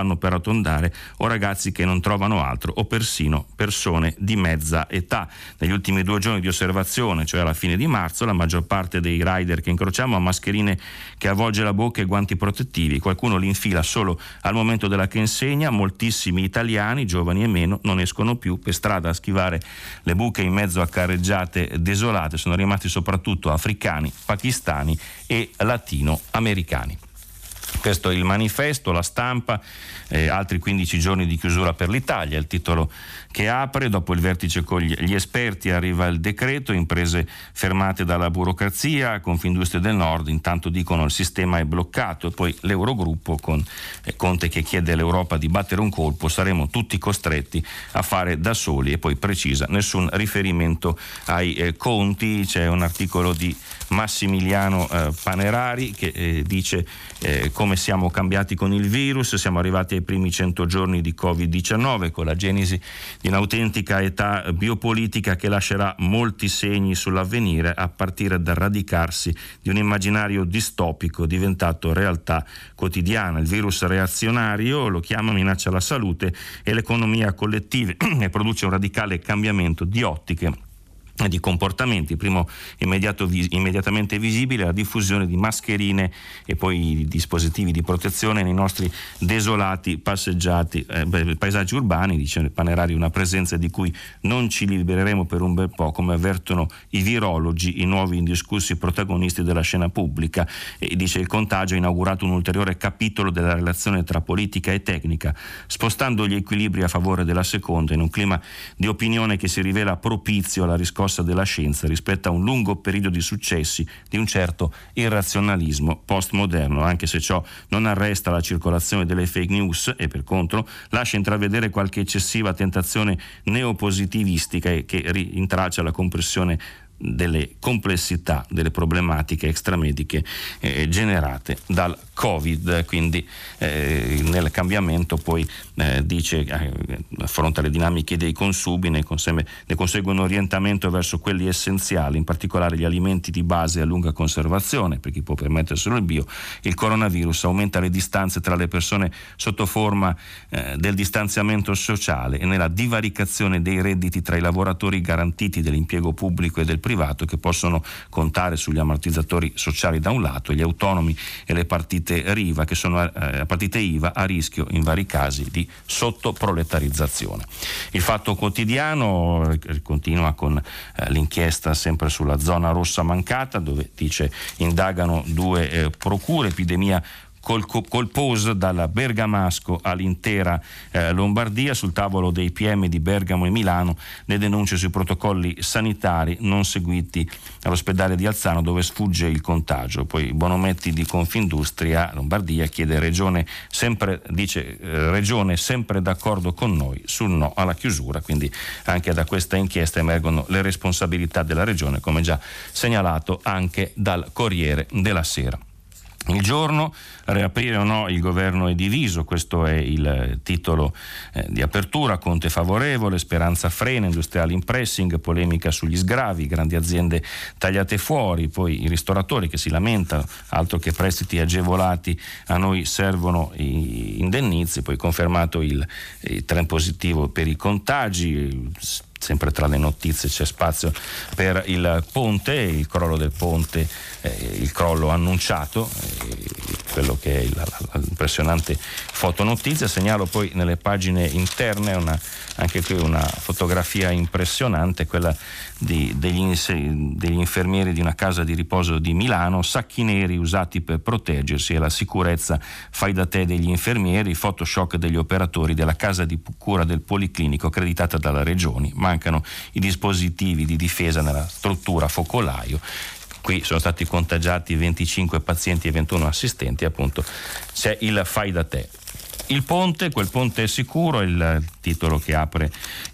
arrotondare, o ragazzi che non trovano altro, o persino persone di mezza età. Negli ultimi due giorni di osservazione, cioè alla fine di marzo, la maggior parte dei rider che incrociamo ha mascherine che avvolge la bocca e guanti protettivi. Qualcuno li infila solo al momento della consegna. Moltissimi italiani, giovani e meno, non escono più per strada a schivare le buche in mezzo a carreggiate desolate. Sono rimasti soprattutto africani, pakistani e latinoamericani. Questo è il manifesto, La Stampa, eh, altri quindici giorni di chiusura per l'Italia, il titolo che apre. Dopo il vertice con gli esperti arriva il decreto, imprese fermate dalla burocrazia, Confindustria del Nord intanto dicono il sistema è bloccato, e poi l'Eurogruppo con eh, Conte che chiede all'Europa di battere un colpo, saremo tutti costretti a fare da soli, e poi precisa nessun riferimento ai eh, conti. C'è un articolo di Massimiliano eh, Panerari che eh, dice eh, come siamo cambiati con il virus, siamo arrivati ai primi cento giorni di covid diciannove con la genesi di un'autentica età biopolitica che lascerà molti segni sull'avvenire, a partire dal radicarsi di un immaginario distopico diventato realtà quotidiana. Il virus reazionario, lo chiama, minaccia la salute e l'economia collettiva e produce un radicale cambiamento di ottiche e di comportamenti. Primo immediato, immediatamente visibile la diffusione di mascherine e poi dispositivi di protezione nei nostri desolati passeggiati, eh, paesaggi urbani, dice Panerari, una presenza di cui non ci libereremo per un bel po', come avvertono i virologi, i nuovi indiscussi protagonisti della scena pubblica. E dice il contagio ha inaugurato un ulteriore capitolo della relazione tra politica e tecnica, spostando gli equilibri a favore della seconda in un clima di opinione che si rivela propizio alla riscossa della scienza rispetto a un lungo periodo di successi di un certo irrazionalismo postmoderno, anche se ciò non arresta la circolazione delle fake news e per contro lascia intravedere qualche eccessiva tentazione neopositivistica che intralcia la compressione delle complessità delle problematiche extramediche eh, generate dal Covid. Quindi eh, nel cambiamento poi eh, dice eh, affronta le dinamiche dei consumi, ne consegue, ne consegue un orientamento verso quelli essenziali, in particolare gli alimenti di base a lunga conservazione per chi può permetterselo il bio. Il coronavirus aumenta le distanze tra le persone sotto forma eh, del distanziamento sociale e nella divaricazione dei redditi tra i lavoratori garantiti dell'impiego pubblico e del privato, che possono contare sugli ammortizzatori sociali da un lato, e gli autonomi e le partite Riva che sono eh, partite I V A a rischio in vari casi di sottoproletarizzazione. Il Fatto Quotidiano eh, continua con eh, l'inchiesta sempre sulla zona rossa mancata, dove dice indagano due eh, procure, epidemia Col, colposo dalla Bergamasco all'intera eh, Lombardia. Sul tavolo dei P M di Bergamo e Milano le denunce sui protocolli sanitari non seguiti all'ospedale di Alzano, dove sfugge il contagio. Poi Bonometti di Confindustria Lombardia chiede regione sempre, dice eh, regione sempre d'accordo con noi sul no alla chiusura. Quindi anche da questa inchiesta emergono le responsabilità della regione, come già segnalato anche dal Corriere della Sera. Il Giorno, riaprire o no il governo è diviso, questo è il titolo eh, di apertura. Conte favorevole, Speranza frena, industriali in pressing, polemica sugli sgravi, grandi aziende tagliate fuori, poi i ristoratori che si lamentano, altro che prestiti agevolati, a noi servono i indennizi. Poi confermato il, il trend positivo per i contagi. Sempre tra le notizie c'è spazio per il ponte, il crollo del ponte, eh, il crollo annunciato, eh, quello che è la, la, l'impressionante fotonotizia. Segnalo poi nelle pagine interne una, anche qui una fotografia impressionante, quella di, degli, degli infermieri di una casa di riposo di Milano, sacchi neri usati per proteggersi e la sicurezza fai da te degli infermieri, photoshock degli operatori della casa di cura del Policlinico accreditata dalla Regione. Mancano i dispositivi di difesa nella struttura focolaio. Qui sono stati contagiati venticinque pazienti e ventuno assistenti, appunto c'è il fai da te. Il ponte, quel ponte è sicuro, è il titolo che apre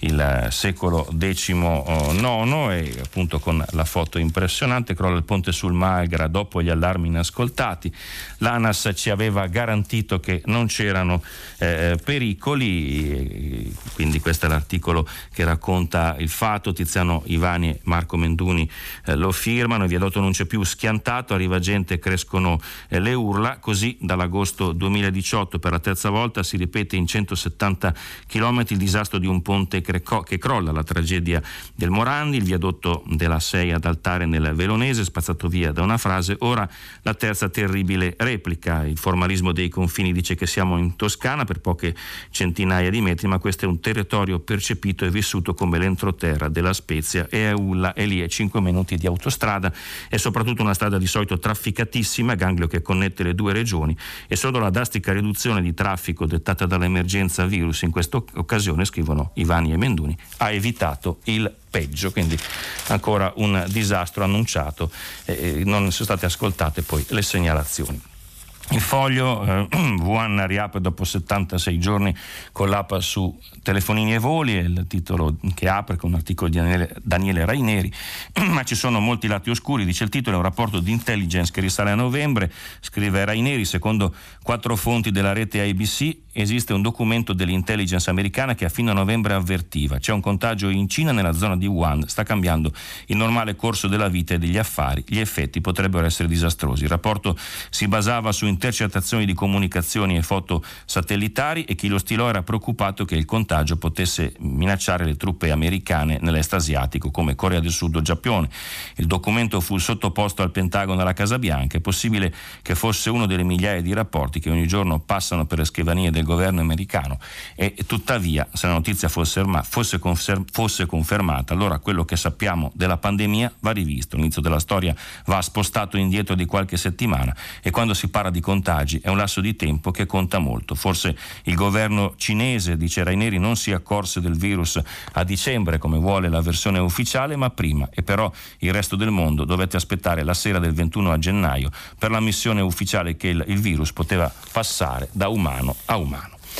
il secolo diciannove e appunto con la foto impressionante. Crolla il ponte sul Magra dopo gli allarmi inascoltati. L'ANAS ci aveva garantito che non c'erano eh, pericoli, quindi questo è l'articolo che racconta il fatto. Tiziano Ivani e Marco Menduni eh, lo firmano. Il viadotto non c'è più schiantato, arriva gente, crescono eh, le urla. Così dall'agosto duemiladiciotto per la terza volta volta si ripete in centosettanta chilometri il disastro di un ponte che crolla, la tragedia del Morandi, il viadotto della sei ad Altare nel Velonese spazzato via da una frase. Ora la terza terribile replica. Il formalismo dei confini dice che siamo in Toscana per poche centinaia di metri, ma questo è un territorio percepito e vissuto come l'entroterra della Spezia, e a Ulla e lì è cinque minuti di autostrada e soprattutto una strada di solito trafficatissima, ganglio che connette le due regioni, e solo la drastica riduzione di traffico dettata dall'emergenza virus in questa occasione, scrivono Ivani e Menduni, ha evitato il peggio. Quindi ancora un disastro annunciato, eh, non sono state ascoltate poi le segnalazioni. Il Foglio, eh, Wuhan riapre dopo settantasei giorni con l'app su telefonini e voli, è il titolo che apre con un articolo di Daniele, Daniele Raineri, ma ci sono molti lati oscuri, dice il titolo. È un rapporto di intelligence che risale a novembre, scrive Raineri, secondo quattro fonti della rete A B C esiste un documento dell'intelligence americana che a fine novembre avvertiva: c'è un contagio in Cina nella zona di Wuhan, sta cambiando il normale corso della vita e degli affari, gli effetti potrebbero essere disastrosi. Il rapporto si basava su intercettazioni di comunicazioni e foto satellitari e chi lo stilò era preoccupato che il contagio potesse minacciare le truppe americane nell'est asiatico come Corea del Sud o Giappone. Il documento fu sottoposto al Pentagono e alla Casa Bianca. È possibile che fosse uno delle migliaia di rapporti che ogni giorno passano per le scrivanie del governo americano, e tuttavia se la notizia fosse, fosse, fosse confermata, allora quello che sappiamo della pandemia va rivisto, l'inizio della storia va spostato indietro di qualche settimana, e quando si parla di contagi è un lasso di tempo che conta molto. Forse il governo cinese, dice Raineri, non si accorse del virus a dicembre come vuole la versione ufficiale, ma prima, e però il resto del mondo dovette aspettare la sera del ventuno a gennaio per la missione ufficiale che il, il virus poteva passare da umano a umano.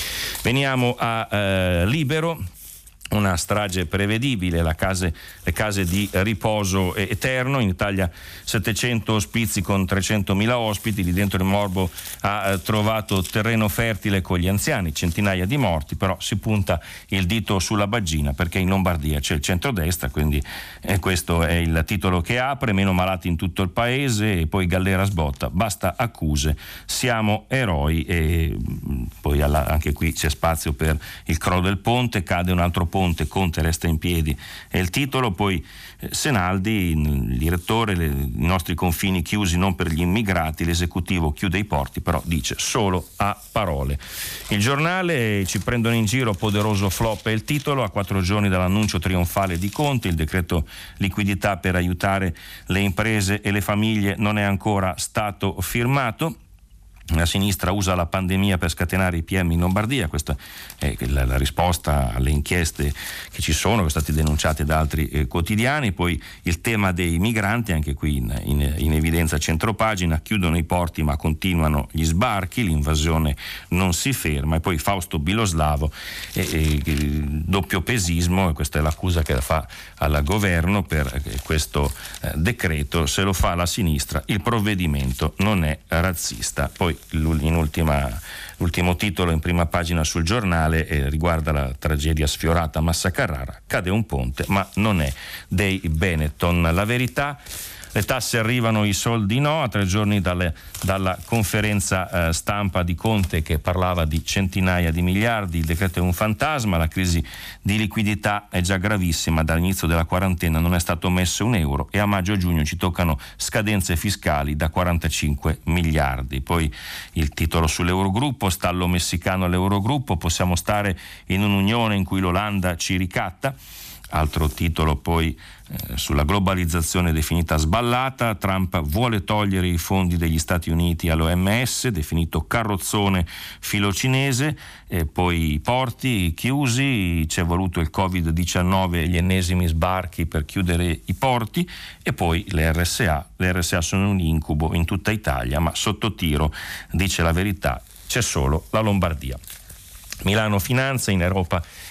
Veniamo a eh, Libero. Una strage prevedibile, la case, le case di riposo eterno. In Italia settecento ospizi con trecentomila ospiti, lì dentro il morbo ha eh, trovato terreno fertile con gli anziani, centinaia di morti, però si punta il dito sulla baggina perché in Lombardia c'è il centrodestra, quindi eh, questo è il titolo che apre: meno malati in tutto il paese, e poi Gallera sbotta, basta accuse, siamo eroi. E mh, poi alla, anche qui c'è spazio per il crollo del ponte, cade un altro ponte, Ponte, Conte resta in piedi, è il titolo. Poi eh, Senaldi, il direttore, le, i nostri confini chiusi non per gli immigrati, l'esecutivo chiude i porti, però dice solo a parole. Il Giornale, ci prendono in giro, poderoso flop è il titolo, a quattro giorni dall'annuncio trionfale di Conte, il decreto liquidità per aiutare le imprese e le famiglie non è ancora stato firmato. La sinistra usa la pandemia per scatenare i P M in Lombardia, questa è la, la risposta alle inchieste che ci sono, che sono state denunciate da altri eh, quotidiani. Poi il tema dei migranti, anche qui in, in, in evidenza centropagina, chiudono i porti ma continuano gli sbarchi, l'invasione non si ferma. E poi Fausto Biloslavo, eh, eh, doppio pesismo, e questa è l'accusa che fa al governo per eh, questo eh, decreto, se lo fa la sinistra il provvedimento non è razzista. Poi in ultima, l'ultimo titolo in prima pagina sul Giornale eh, riguarda la tragedia sfiorata a Massa Carrara: cade un ponte ma non è dei Benetton. La Verità: le tasse arrivano, i soldi no. A tre giorni dalle, dalla conferenza eh, stampa di Conte che parlava di centinaia di miliardi, il decreto è un fantasma, la crisi di liquidità è già gravissima, dall'inizio della quarantena non è stato messo un euro e a maggio e giugno ci toccano scadenze fiscali da quarantacinque miliardi. Poi il titolo sull'Eurogruppo: stallo messicano all'Eurogruppo, possiamo stare in un'unione in cui l'Olanda ci ricatta. Altro titolo poi eh, sulla globalizzazione definita sballata, Trump vuole togliere i fondi degli Stati Uniti all'O M S, definito carrozzone filocinese. E poi i porti chiusi, c'è voluto il covid diciannove e gli ennesimi sbarchi per chiudere i porti. E poi le R S A, le R S A sono un incubo in tutta Italia, ma sotto tiro, dice La Verità, c'è solo la Lombardia. Milano Finanza: in Europa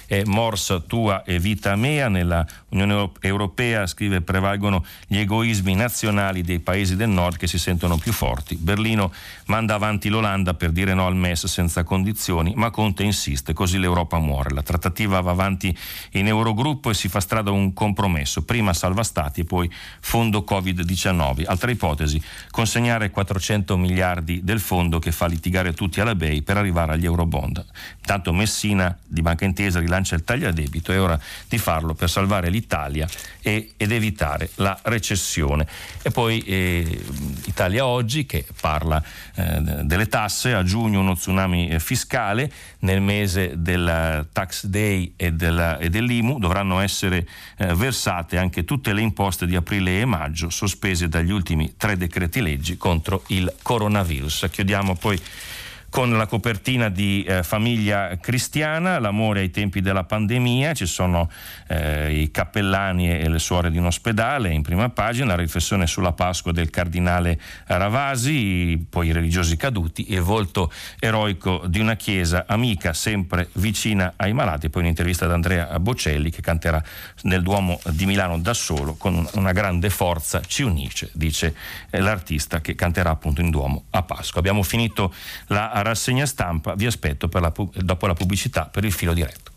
è Mors tua e vita mea. Nella Unione Europea, scrive, prevalgono gli egoismi nazionali dei paesi del nord che si sentono più forti. Berlino manda avanti l'Olanda per dire no al M E S senza condizioni, ma Conte insiste, così l'Europa muore. La trattativa va avanti in Eurogruppo e si fa strada un compromesso, prima salva stati e poi fondo covid diciannove. Altra ipotesi, consegnare quattrocento miliardi del fondo che fa litigare tutti alla B E I per arrivare agli eurobond. Intanto Messina di Banca Intesa rilancia il tagliadebito, è ora di farlo per salvare l'Italia e, ed evitare la recessione. E poi eh, Italia Oggi, che parla eh, delle tasse, a giugno uno tsunami eh, fiscale, nel mese del tax day e, della, e dell'I M U dovranno essere eh, versate anche tutte le imposte di aprile e maggio, sospese dagli ultimi tre decreti leggi contro il coronavirus. Chiudiamo poi con la copertina di eh, Famiglia Cristiana, l'amore ai tempi della pandemia. Ci sono eh, i cappellani e le suore di un ospedale in prima pagina, la riflessione sulla Pasqua del cardinale Ravasi, poi i religiosi caduti, il volto eroico di una chiesa amica sempre vicina ai malati, poi un'intervista ad Andrea Bocelli che canterà nel Duomo di Milano da solo, con una grande forza ci unisce, dice eh, l'artista che canterà appunto in Duomo a Pasqua. Abbiamo finito la rassegna stampa, vi aspetto per la, dopo la pubblicità per il filo diretto.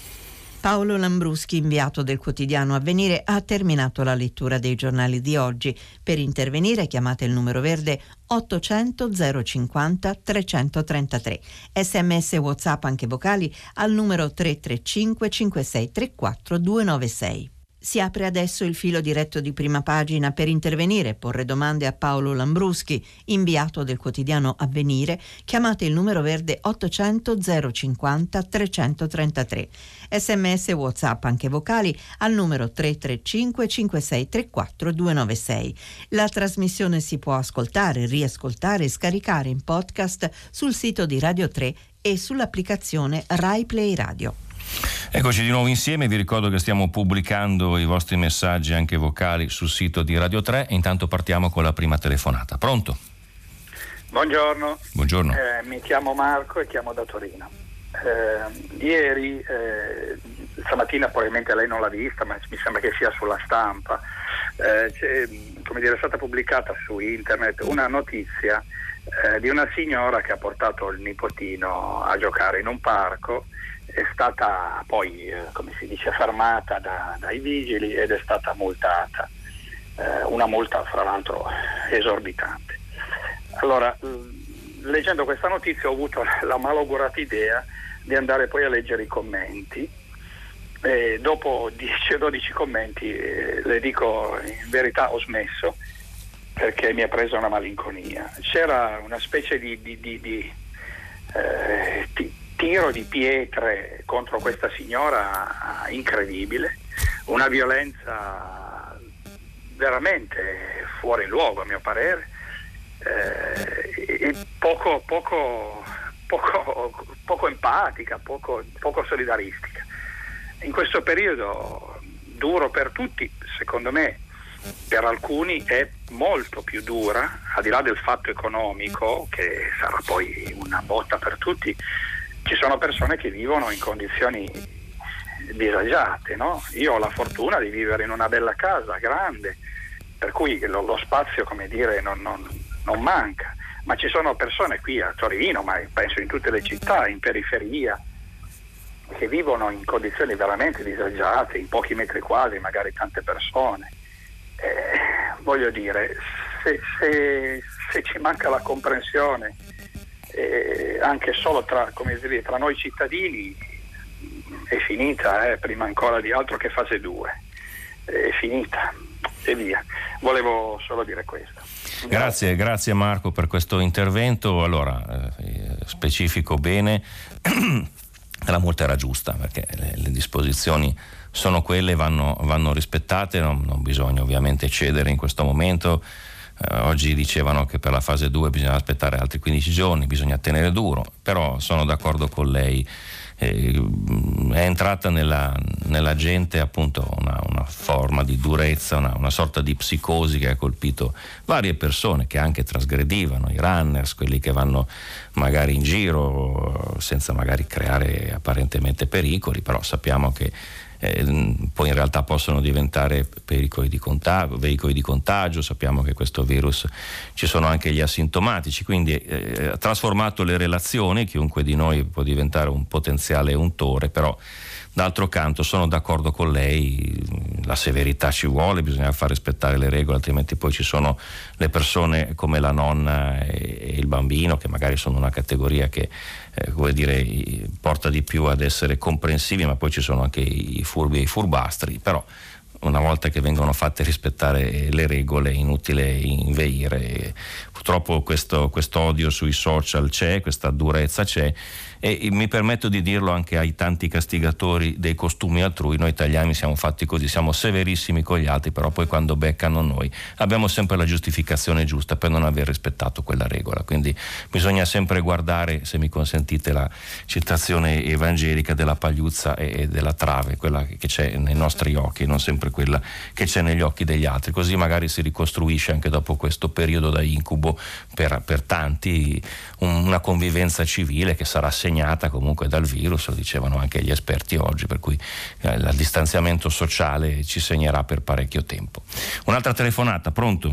Paolo Lambruschi, inviato del quotidiano Avvenire, ha terminato la lettura dei giornali di oggi. Per intervenire chiamate il numero verde ottocento zero cinquanta trecentotrentatré. Sms WhatsApp anche vocali al numero tre tre cinque cinque sei tre quattro due nove sei. Si apre adesso il filo diretto di Prima Pagina. Per intervenire e porre domande a Paolo Lambruschi, inviato del quotidiano Avvenire, chiamate il numero verde ottocento zero cinquanta trecentotrentatré. Sms WhatsApp anche vocali al numero tre tre cinque cinque sei tre quattro due nove sei. La trasmissione si può ascoltare, riascoltare e scaricare in podcast sul sito di Radio tre e sull'applicazione Rai Play Radio. Eccoci di nuovo insieme, vi ricordo che stiamo pubblicando i vostri messaggi anche vocali sul sito di Radio tre e intanto partiamo con la prima telefonata. Pronto? Buongiorno. Buongiorno. Eh, mi chiamo Marco e chiamo da Torino. Eh, ieri, eh, stamattina probabilmente lei non l'ha vista, ma mi sembra che sia sulla stampa, eh, c'è, come dire, è stata pubblicata su internet una notizia eh, di una signora che ha portato il nipotino a giocare in un parco. È stata poi, eh, come si dice, fermata da, dai vigili ed è stata multata, eh, una multa fra l'altro esorbitante. Allora, leggendo questa notizia ho avuto la malaugurata idea di andare poi a leggere i commenti e dopo dieci o dodici commenti, eh, le dico in verità, ho smesso perché mi è presa una malinconia. C'era una specie di, di, di, di eh, ti, tiro di pietre contro questa signora incredibile, una violenza veramente fuori luogo a mio parere, eh, e poco, poco, poco, poco empatica, poco, poco solidaristica. In questo periodo duro per tutti, secondo me per alcuni è molto più dura, al di là del fatto economico che sarà poi una botta per tutti. Ci sono persone che vivono in condizioni disagiate, no? Io ho la fortuna di vivere in una bella casa grande, per cui lo, lo spazio, come dire, non, non, non manca, ma ci sono persone qui a Torino, ma penso in tutte le città, in periferia, che vivono in condizioni veramente disagiate, in pochi metri quadri, magari tante persone. Eh, voglio dire, se, se, se ci manca la comprensione, Eh, anche solo tra, come dire, tra noi cittadini, è finita, eh, prima ancora di altro che fase due, è finita e via. Volevo solo dire questo. Grazie, grazie Marco per questo intervento. Allora, eh, specifico bene, la multa era giusta perché le, le disposizioni sono quelle, vanno, vanno rispettate, non, non bisogna ovviamente cedere in questo momento. Uh, oggi dicevano che per la fase due bisogna aspettare altri quindici giorni, bisogna tenere duro, però sono d'accordo con lei, eh, è entrata nella, nella gente appunto una, una forma di durezza, una, una sorta di psicosi che ha colpito varie persone che anche trasgredivano, i runners, quelli che vanno magari in giro senza magari creare apparentemente pericoli, però sappiamo che Eh, poi in realtà possono diventare pericoli di contagio, veicoli di contagio. Sappiamo che questo virus ci sono anche gli asintomatici, quindi eh, ha trasformato le relazioni. Chiunque di noi può diventare un potenziale untore, però d'altro canto sono d'accordo con lei, la severità ci vuole, bisogna far rispettare le regole, altrimenti poi ci sono le persone come la nonna e, e il bambino, che magari sono una categoria che eh, come dire, porta di più ad essere comprensivi, ma poi ci sono anche i furbi e i furbastri. Però una volta che vengono fatte rispettare le regole è inutile inveire. Purtroppo questo odio sui social c'è, questa durezza c'è, e mi permetto di dirlo anche ai tanti castigatori dei costumi altrui. Noi italiani siamo fatti così, siamo severissimi con gli altri, però poi quando beccano noi abbiamo sempre la giustificazione giusta per non aver rispettato quella regola. Quindi bisogna sempre guardare, se mi consentite la citazione evangelica, della pagliuzza e della trave, quella che c'è nei nostri occhi, non sempre quella che c'è negli occhi degli altri, così magari si ricostruisce anche dopo questo periodo da incubo per, per tanti una convivenza civile che sarà segnata comunque dal virus, lo dicevano anche gli esperti oggi, per cui eh, il distanziamento sociale ci segnerà per parecchio tempo. Un'altra telefonata, pronto?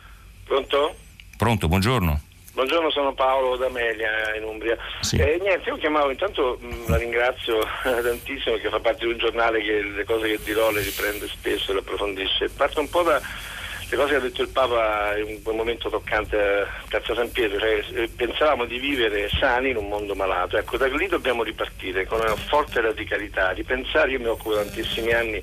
Pronto? Pronto, buongiorno. Buongiorno, sono Paolo d'Amelia in Umbria. Sì. Eh, niente, io chiamavo, intanto mh, la ringrazio tantissimo, che fa parte di un giornale che le cose che dirò le riprende spesso e le approfondisce. Parto un po' da le cose che ha detto il Papa in un momento toccante a Piazza San Pietro, cioè pensavamo di vivere sani in un mondo malato. Ecco, da lì dobbiamo ripartire con una forte radicalità, ripensare. Io mi occupo tantissimi anni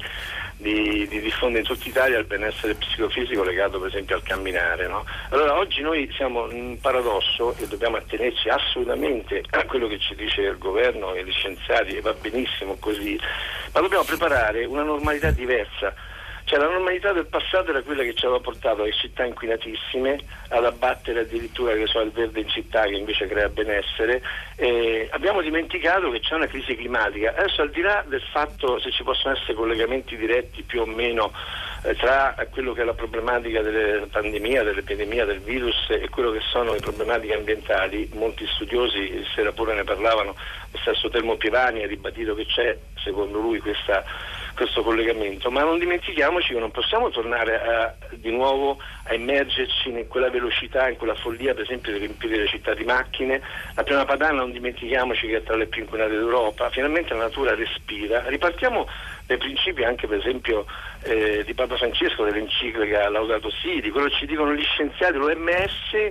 di, di diffondere in tutta Italia il benessere psicofisico legato per esempio al camminare, no? Allora oggi noi siamo in un paradosso e dobbiamo attenerci assolutamente a quello che ci dice il governo e gli scienziati, e va benissimo così, ma dobbiamo preparare una normalità diversa. Cioè la normalità del passato era quella che ci aveva portato alle città inquinatissime, ad abbattere addirittura che so, il verde in città, che invece crea benessere. Eh, abbiamo dimenticato che c'è una crisi climatica. Adesso, al di là del fatto se ci possono essere collegamenti diretti più o meno eh, tra quello che è la problematica della pandemia, dell'epidemia, del virus e quello che sono le problematiche ambientali, molti studiosi sera pure ne parlavano, lo stesso Telmo Pievani ha ribadito che c'è, secondo lui, questa questo collegamento, ma non dimentichiamoci che non possiamo tornare a, di nuovo a immergerci in quella velocità, in quella follia, per esempio, di riempire le città di macchine. La prima padana, non dimentichiamoci che è tra le più inquinate d'Europa. Finalmente la natura respira. Ripartiamo dai principi anche, per esempio, eh, di Papa Francesco, dell'enciclica Laudato Si, di quello che ci dicono gli scienziati. L'O M S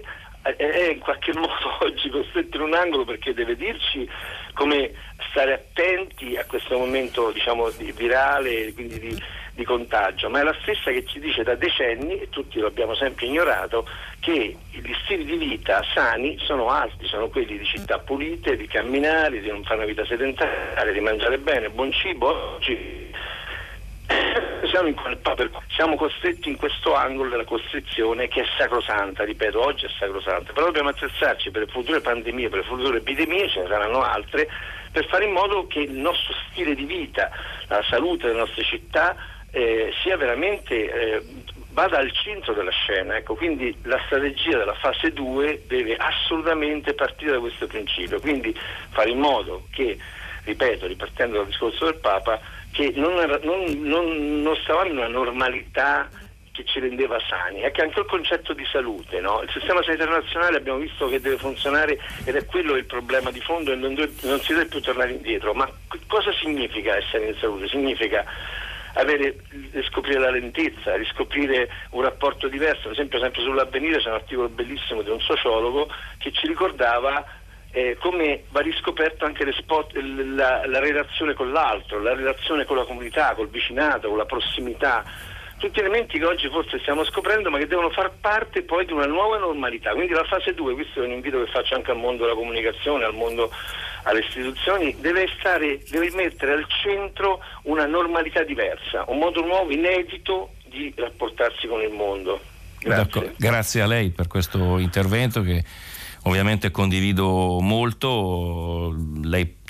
è in qualche modo oggi costretto in un angolo, perché deve dirci come stare attenti a questo momento, diciamo, di virale, quindi di, di contagio, ma è la stessa che ci dice da decenni, e tutti lo abbiamo sempre ignorato, che gli stili di vita sani sono altri, sono quelli di città pulite, di camminare, di non fare una vita sedentaria, di mangiare bene, buon cibo. Oggi siamo, in quel, siamo costretti in questo angolo della costrizione, che è sacrosanta, ripeto, oggi è sacrosanta, però dobbiamo attrezzarci per le future pandemie, per le future epidemie, ce ne saranno altre, per fare in modo che il nostro stile di vita, la salute delle nostre città eh, sia veramente eh, vada al centro della scena. Ecco, quindi la strategia della fase due deve assolutamente partire da questo principio, quindi fare in modo che, ripeto, ripartendo dal discorso del Papa, che non, era, non, non, non stavamo in una normalità che ci rendeva sani. È che anche il concetto di salute, no? Il sistema sanitario nazionale abbiamo visto che deve funzionare, ed è quello il problema di fondo, e non, deve, non si deve più tornare indietro. Ma cosa significa essere in salute? Significa avere, riscoprire la lentezza, riscoprire un rapporto diverso. Per esempio, sempre sull'Avvenire c'è un articolo bellissimo di un sociologo che ci ricordava Eh, come va riscoperto anche le spot, la, la relazione con l'altro, la relazione con la comunità, col vicinato, con la prossimità, tutti elementi che oggi forse stiamo scoprendo, ma che devono far parte poi di una nuova normalità. Quindi la fase due, questo è un invito che faccio anche al mondo della comunicazione, al mondo, alle istituzioni, deve stare, deve mettere al centro una normalità diversa, un modo nuovo, inedito di rapportarsi con il mondo. Grazie. Grazie a lei per questo intervento, che ovviamente condivido molto. Lei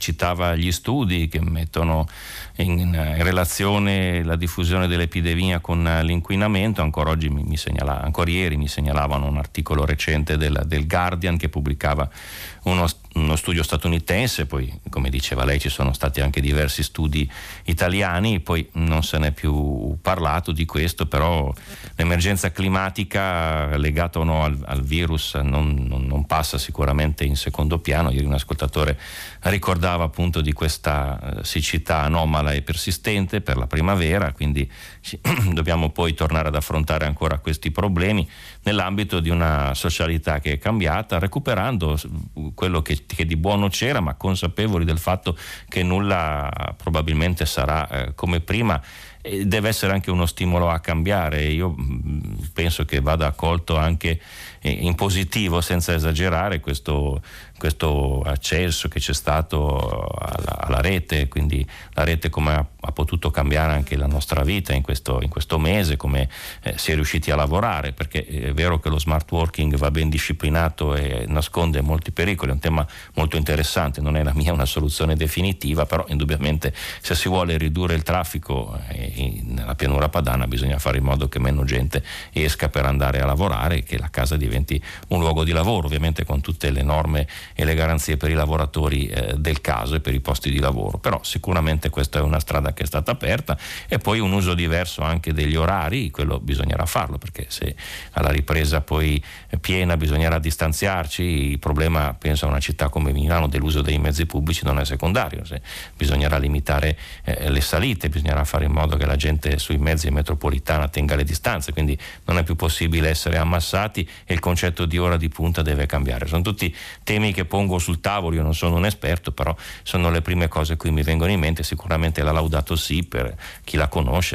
citava gli studi che mettono in, in relazione la diffusione dell'epidemia con l'inquinamento. Ancora oggi mi, mi segnala, ancora ieri mi segnalavano un articolo recente del, del Guardian che pubblicava uno, uno studio statunitense, poi come diceva lei ci sono stati anche diversi studi italiani, poi non se n'è più parlato di questo, però l'emergenza climatica legata o no al, al virus non, non, non passa sicuramente in secondo piano. Ieri un ascoltatore ricordava appunto di questa siccità anomala e persistente per la primavera, quindi ci, dobbiamo poi tornare ad affrontare ancora questi problemi nell'ambito di una socialità che è cambiata, recuperando quello che, che di buono c'era, ma consapevoli del fatto che nulla probabilmente sarà eh, come prima. E deve essere anche uno stimolo a cambiare. Io penso che vada accolto anche in positivo, senza esagerare, questo, questo accesso che c'è stato alla, alla rete, quindi la rete come ha, ha potuto cambiare anche la nostra vita in questo, in questo mese, come eh, si è riusciti a lavorare, perché è vero che lo smart working va ben disciplinato e nasconde molti pericoli, è un tema molto interessante, non è la mia una soluzione definitiva, però indubbiamente se si vuole ridurre il traffico eh, nella pianura padana bisogna fare in modo che meno gente esca per andare a lavorare e che la casa diventi un luogo di lavoro, ovviamente con tutte le norme e le garanzie per i lavoratori eh, del caso e per i posti di lavoro. Però sicuramente questa è una strada che è stata aperta, e poi un uso diverso anche degli orari, quello bisognerà farlo, perché se alla ripresa poi piena bisognerà distanziarci, il problema, penso a una città come Milano, dell'uso dei mezzi pubblici non è secondario. Se bisognerà limitare eh, le salite, bisognerà fare in modo che la gente sui mezzi in metropolitana tenga le distanze, quindi non è più possibile essere ammassati e il concetto di ora di punta deve cambiare. Sono tutti temi che pongo sul tavolo, io non sono un esperto, però sono le prime cose che mi vengono in mente. Sicuramente la Laudato Si, per chi la conosce,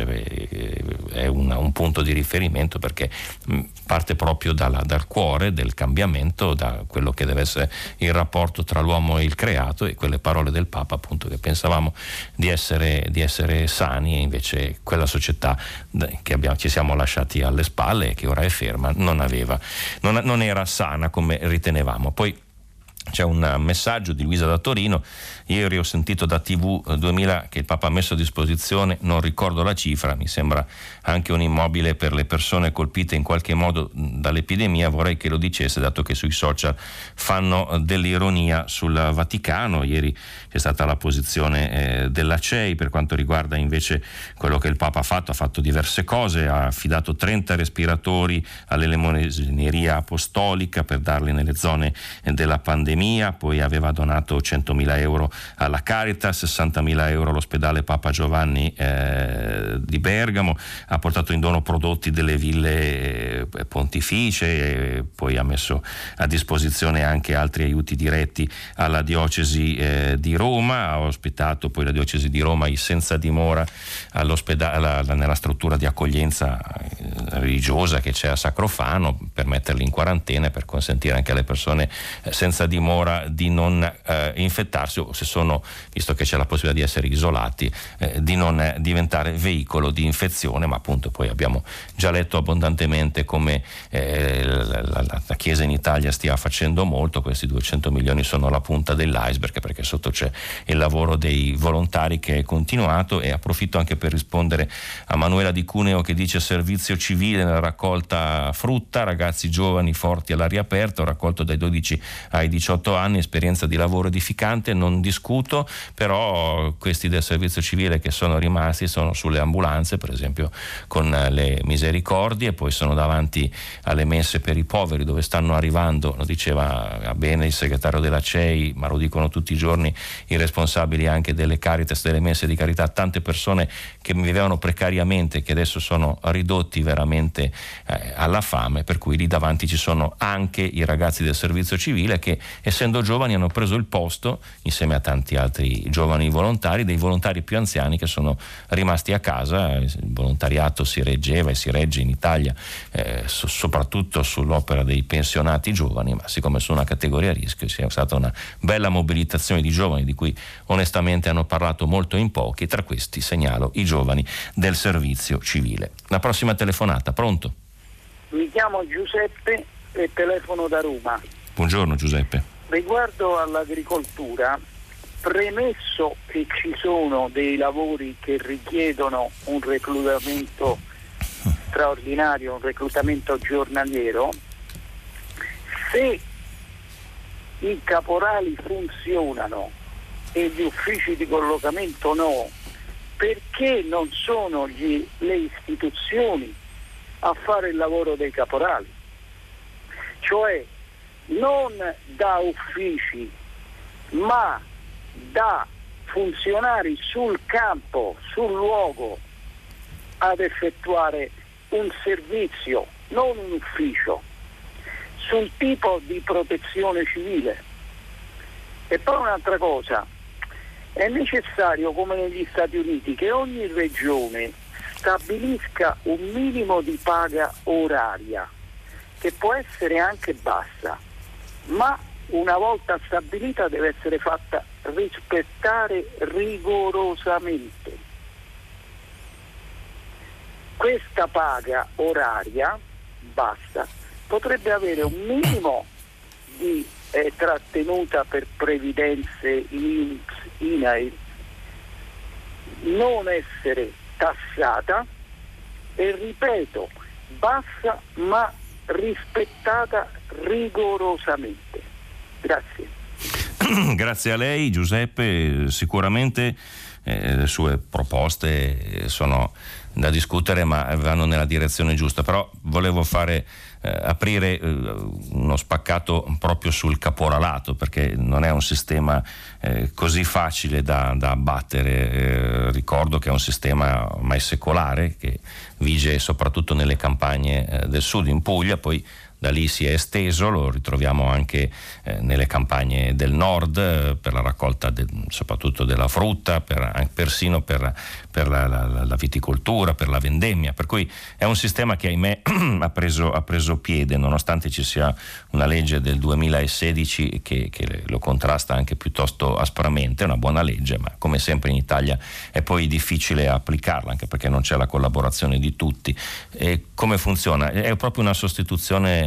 è una, un punto di riferimento, perché parte proprio dalla, dal cuore del cambiamento, da quello che deve essere il rapporto tra l'uomo e il creato, e quelle parole del Papa appunto, che pensavamo di essere, di essere sani, e invece quella società che abbiamo, ci siamo lasciati alle spalle e che ora è ferma non aveva, non, non era sana come ritenevamo. Poi c'è un messaggio di Luisa da Torino: ieri ho sentito da tivù duemila che il Papa ha messo a disposizione, non ricordo la cifra, mi sembra anche un immobile per le persone colpite in qualche modo dall'epidemia. Vorrei che lo dicesse, dato che sui social fanno dell'ironia sul Vaticano. Ieri c'è stata la posizione eh, della C E I per quanto riguarda invece quello che il Papa ha fatto. Ha fatto diverse cose, ha affidato trenta respiratori all'elemosineria apostolica per darli nelle zone della pandemia, poi aveva donato centomila euro alla Caritas, sessantamila euro all'ospedale Papa Giovanni eh, di Bergamo, ha portato in dono prodotti delle ville eh, pontificie, e poi ha messo a disposizione anche altri aiuti diretti alla diocesi eh, di Roma, ha ospitato poi la diocesi di Roma i senza dimora all'ospedale, nella struttura di accoglienza religiosa che c'è a Sacrofano, per metterli in quarantena e per consentire anche alle persone senza dimora di non eh, infettarsi, o se sono, visto che c'è la possibilità di essere isolati, eh, di non eh, diventare veicolo di infezione. Ma appunto poi abbiamo già letto abbondantemente come eh, la, la, la Chiesa in Italia stia facendo molto. Questi duecento milioni sono la punta dell'iceberg, perché sotto c'è il lavoro dei volontari che è continuato. E approfitto anche per rispondere a Manuela di Cuneo, che dice: servizio civile nella raccolta frutta, ragazzi giovani forti all'aria aperta, ho raccolto dai dodici ai diciotto anni, esperienza di lavoro edificante, non discuto, però questi del servizio civile che sono rimasti sono sulle ambulanze, per esempio con le misericordie, poi sono davanti alle messe per i poveri, dove stanno arrivando, lo diceva bene il segretario della C E I, ma lo dicono tutti i giorni i responsabili anche delle Caritas, delle messe di carità, tante persone che vivevano precariamente, che adesso sono ridotti veramente eh, alla fame, per cui lì davanti ci sono anche i ragazzi del servizio civile che, essendo giovani, hanno preso il posto, insieme a tanti altri giovani volontari, dei volontari più anziani che sono rimasti a casa. Il volontariato si reggeva e si regge in Italia eh, so, soprattutto sull'opera dei pensionati giovani, ma siccome sono una categoria a rischio, sia stata una bella mobilitazione di giovani, di cui onestamente hanno parlato molto in pochi. Tra questi segnalo i giovani del servizio civile. La prossima telefonata, pronto? Mi chiamo Giuseppe e telefono da Roma. Buongiorno Giuseppe. Riguardo all'agricoltura, premesso che ci sono dei lavori che richiedono un reclutamento straordinario, un reclutamento giornaliero, se i caporali funzionano e gli uffici di collocamento no, perché non sono gli, le istituzioni a fare il lavoro dei caporali? Cioè non da uffici, ma da funzionari sul campo, sul luogo, ad effettuare un servizio, non un ufficio, sul tipo di protezione civile. E poi un'altra cosa, è necessario, come negli Stati Uniti, che ogni regione stabilisca un minimo di paga oraria, che può essere anche bassa, ma una volta stabilita deve essere fatta rispettare rigorosamente. Questa paga oraria bassa potrebbe avere un minimo di eh, trattenuta per previdenze I N P S, I N A I L, non essere tassata e, ripeto, bassa ma rispettata rigorosamente. Grazie. Grazie a lei Giuseppe, sicuramente eh, le sue proposte sono da discutere ma vanno nella direzione giusta, però volevo fare eh, aprire eh, uno spaccato proprio sul caporalato, perché non è un sistema eh, così facile da, da abbattere. Eh, ricordo che è un sistema ormai secolare che vige soprattutto nelle campagne eh, del sud, in Puglia, poi da lì si è esteso, lo ritroviamo anche eh, nelle campagne del nord eh, per la raccolta de, soprattutto della frutta, per, persino per, per la, la, la viticoltura, per la vendemmia, per cui è un sistema che ahimè ha preso, ha preso piede, nonostante ci sia una legge del duemilasedici che, che lo contrasta anche piuttosto aspramente. È una buona legge, ma come sempre in Italia è poi difficile applicarla, anche perché non c'è la collaborazione di tutti. E come funziona? È proprio una sostituzione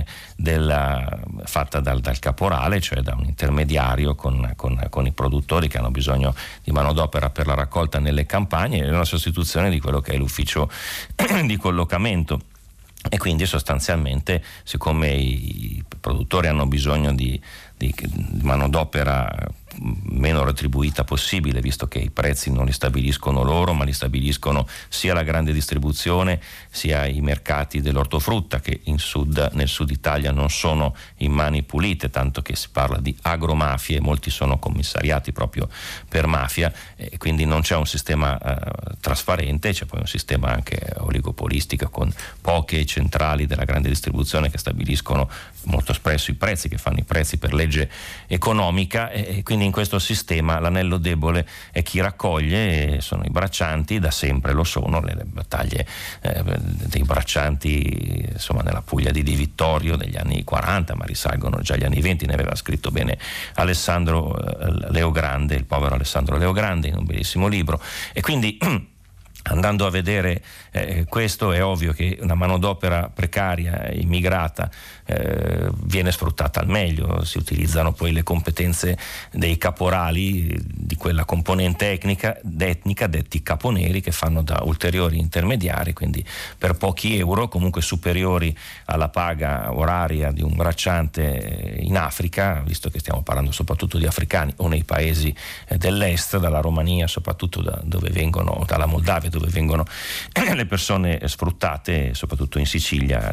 della, fatta dal, dal caporale, cioè da un intermediario con, con, con i produttori che hanno bisogno di manodopera per la raccolta nelle campagne, è una sostituzione di quello che è l'ufficio di collocamento. E quindi sostanzialmente, siccome i, i produttori hanno bisogno di, di, di manodopera meno retribuita possibile, visto che i prezzi non li stabiliscono loro ma li stabiliscono sia la grande distribuzione sia i mercati dell'ortofrutta, che in sud, nel sud Italia non sono in mani pulite, tanto che si parla di agromafie, molti sono commissariati proprio per mafia, e quindi non c'è un sistema eh, trasparente, c'è poi un sistema anche oligopolistico con poche centrali della grande distribuzione che stabiliscono molto spesso i prezzi, che fanno i prezzi per legge economica, e quindi in questo sistema l'anello debole è chi raccoglie, e sono i braccianti, da sempre lo sono. Le battaglie eh, dei braccianti, insomma, nella Puglia di Di Vittorio degli anni quaranta, ma risalgono già agli anni venti, ne aveva scritto bene Alessandro eh, Leogrande, il povero Alessandro Leogrande, in un bellissimo libro. E quindi andando a vedere eh, questo, è ovvio che una manodopera precaria, immigrata, eh, viene sfruttata al meglio. Si utilizzano poi le competenze dei caporali, di quella componente etnica, etnica detti caponeri, che fanno da ulteriori intermediari, quindi per pochi euro, comunque superiori alla paga oraria di un bracciante in Africa, visto che stiamo parlando soprattutto di africani, o nei paesi eh, dell'est, dalla Romania soprattutto, da dove vengono, dalla Moldavia, dove vengono le persone sfruttate, soprattutto in Sicilia,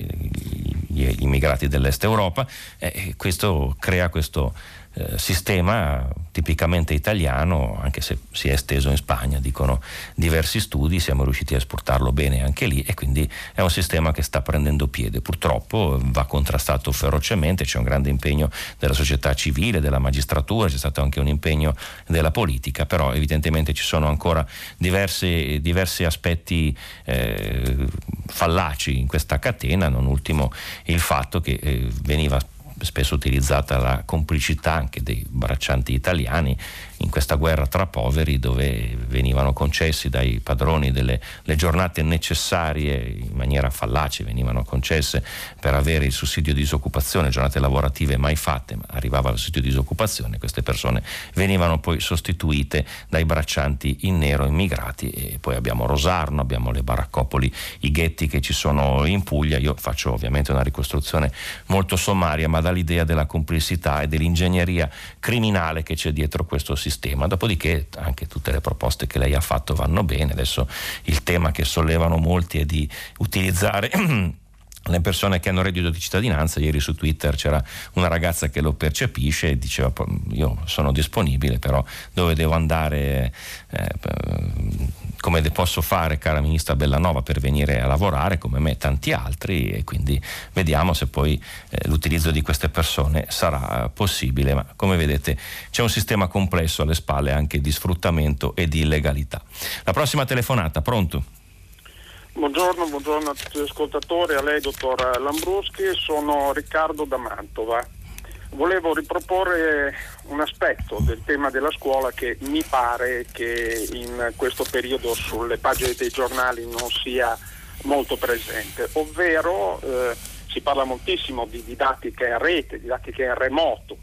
gli immigrati dell'est Europa. E questo crea questo eh, sistema tipicamente italiano, anche se si è esteso in Spagna, dicono diversi studi, siamo riusciti a esportarlo bene anche lì, e quindi è un sistema che sta prendendo piede. Purtroppo va contrastato ferocemente, c'è un grande impegno della società civile, della magistratura, c'è stato anche un impegno della politica, però evidentemente ci sono ancora diverse, diversi aspetti eh, fallaci in questa catena, non ultimo il fatto che eh, veniva spesso utilizzata la complicità anche dei braccianti italiani in questa guerra tra poveri, dove venivano concessi dai padroni delle le giornate necessarie in maniera fallace, venivano concesse per avere il sussidio di disoccupazione, giornate lavorative mai fatte, ma arrivava il sussidio di disoccupazione, queste persone venivano poi sostituite dai braccianti in nero immigrati. E poi abbiamo Rosarno, abbiamo le baraccopoli, i ghetti che ci sono in Puglia. Io faccio ovviamente una ricostruzione molto sommaria, ma dà l'idea della complessità e dell'ingegneria criminale che c'è dietro questo sistema. Dopodiché anche tutte le proposte che lei ha fatto vanno bene. Adesso il tema che sollevano molti è di utilizzare le persone che hanno reddito di cittadinanza. Ieri su Twitter c'era una ragazza che lo percepisce e diceva: io sono disponibile, però dove devo andare, eh, come posso fare, cara ministra Bellanova, per venire a lavorare come me e tanti altri? E quindi vediamo se poi eh, l'utilizzo di queste persone sarà possibile, ma come vedete c'è un sistema complesso alle spalle anche di sfruttamento e di illegalità. La prossima telefonata, pronto? Buongiorno, buongiorno a tutti gli ascoltatori, a lei dottor Lambruschi, sono Riccardo da Mantova. Volevo riproporre un aspetto del tema della scuola che mi pare che in questo periodo sulle pagine dei giornali non sia molto presente, ovvero eh, si parla moltissimo di didattica in rete, didattica in remoto,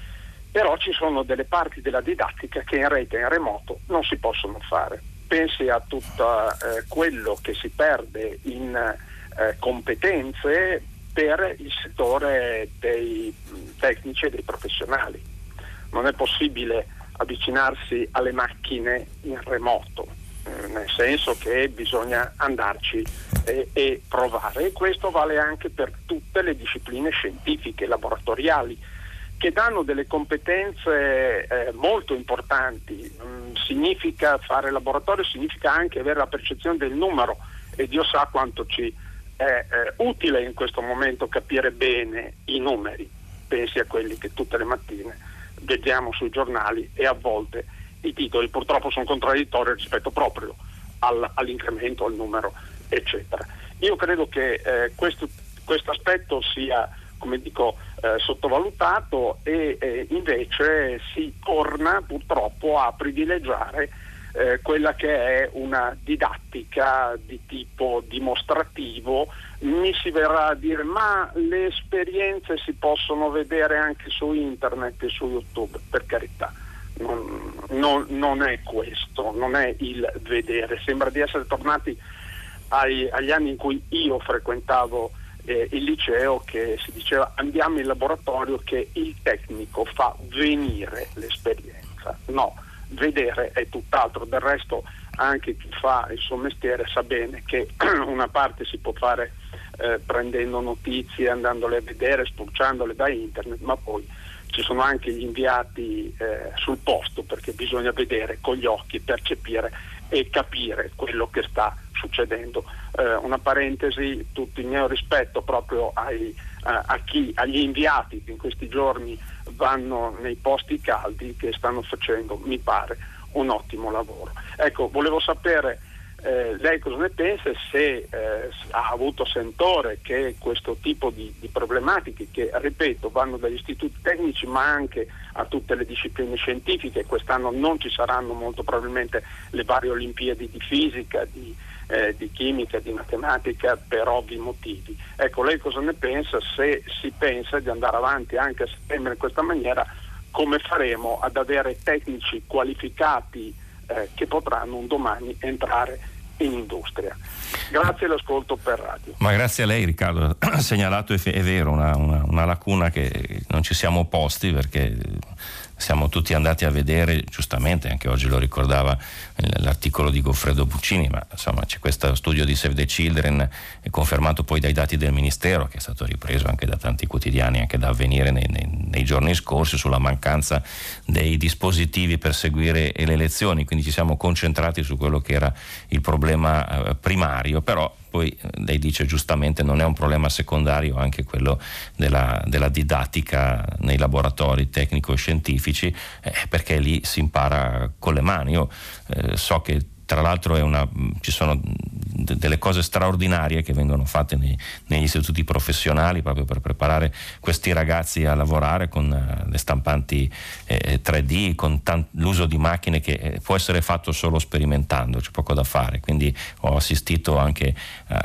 però ci sono delle parti della didattica che in rete e in remoto non si possono fare. Pensi a tutto eh, quello che si perde in eh, competenze per il settore dei tecnici e dei professionali. Non è possibile avvicinarsi alle macchine in remoto, eh, nel senso che bisogna andarci eh, e provare. E questo vale anche per tutte le discipline scientifiche, laboratoriali, che danno delle competenze eh, molto importanti. Mm, significa fare laboratorio, significa anche avere la percezione del numero, e Dio sa quanto ci è eh, utile in questo momento capire bene i numeri. Pensi a quelli che tutte le mattine vediamo sui giornali, e a volte i titoli purtroppo sono contraddittori rispetto proprio al, all'incremento, al numero, eccetera. Io credo che eh, questo questo aspetto sia, come dico, eh, sottovalutato, e eh, invece si torna purtroppo a privilegiare eh, quella che è una didattica di tipo dimostrativo. Mi si verrà a dire: ma le esperienze si possono vedere anche su internet e su YouTube. Per carità, non, non, non è questo, non è il vedere. Sembra di essere tornati ai, agli anni in cui io frequentavo Eh, il liceo, che si diceva: andiamo in laboratorio che il tecnico fa venire l'esperienza. No, vedere è tutt'altro. Del resto anche chi fa il suo mestiere sa bene che una parte si può fare eh, prendendo notizie, andandole a vedere, spulciandole da internet, ma poi ci sono anche gli inviati eh, sul posto, perché bisogna vedere con gli occhi, percepire e capire quello che sta succedendo. Eh, una parentesi, tutto il mio rispetto proprio ai, a, a chi, agli inviati che in questi giorni vanno nei posti caldi, che stanno facendo, mi pare, un ottimo lavoro. Ecco, volevo sapere eh, lei cosa ne pensa, se eh, ha avuto sentore che questo tipo di, di problematiche, che ripeto vanno dagli istituti tecnici ma anche a tutte le discipline scientifiche, quest'anno non ci saranno molto probabilmente le varie olimpiadi di fisica, di, eh, di chimica, di matematica, per ovvi motivi. Ecco, lei cosa ne pensa, se si pensa di andare avanti anche a settembre in questa maniera, come faremo ad avere tecnici qualificati eh, che potranno un domani entrare in industria. Grazie all'ascolto per radio. Ma grazie a lei, Riccardo. Ha segnalato, è, è vero, una, una, una lacuna che non ci siamo opposti, perché siamo tutti andati a vedere, giustamente, anche oggi lo ricordava l'articolo di Goffredo Puccini, ma insomma c'è questo studio di Save the Children, è confermato poi dai dati del Ministero, che è stato ripreso anche da tanti quotidiani, anche da Avvenire nei, nei, nei giorni scorsi, sulla mancanza dei dispositivi per seguire le elezioni. Quindi ci siamo concentrati su quello che era il problema eh, primario, però poi lei dice giustamente non è un problema secondario anche quello della, della didattica nei laboratori tecnico-scientifici, eh, perché lì si impara con le mani. Io eh, so che tra l'altro è una, ci sono d- delle cose straordinarie che vengono fatte nei, negli istituti professionali proprio per preparare questi ragazzi a lavorare con uh, le stampanti eh, tre D, con tant- l'uso di macchine che eh, può essere fatto solo sperimentando, c'è poco da fare. Quindi ho assistito anche uh,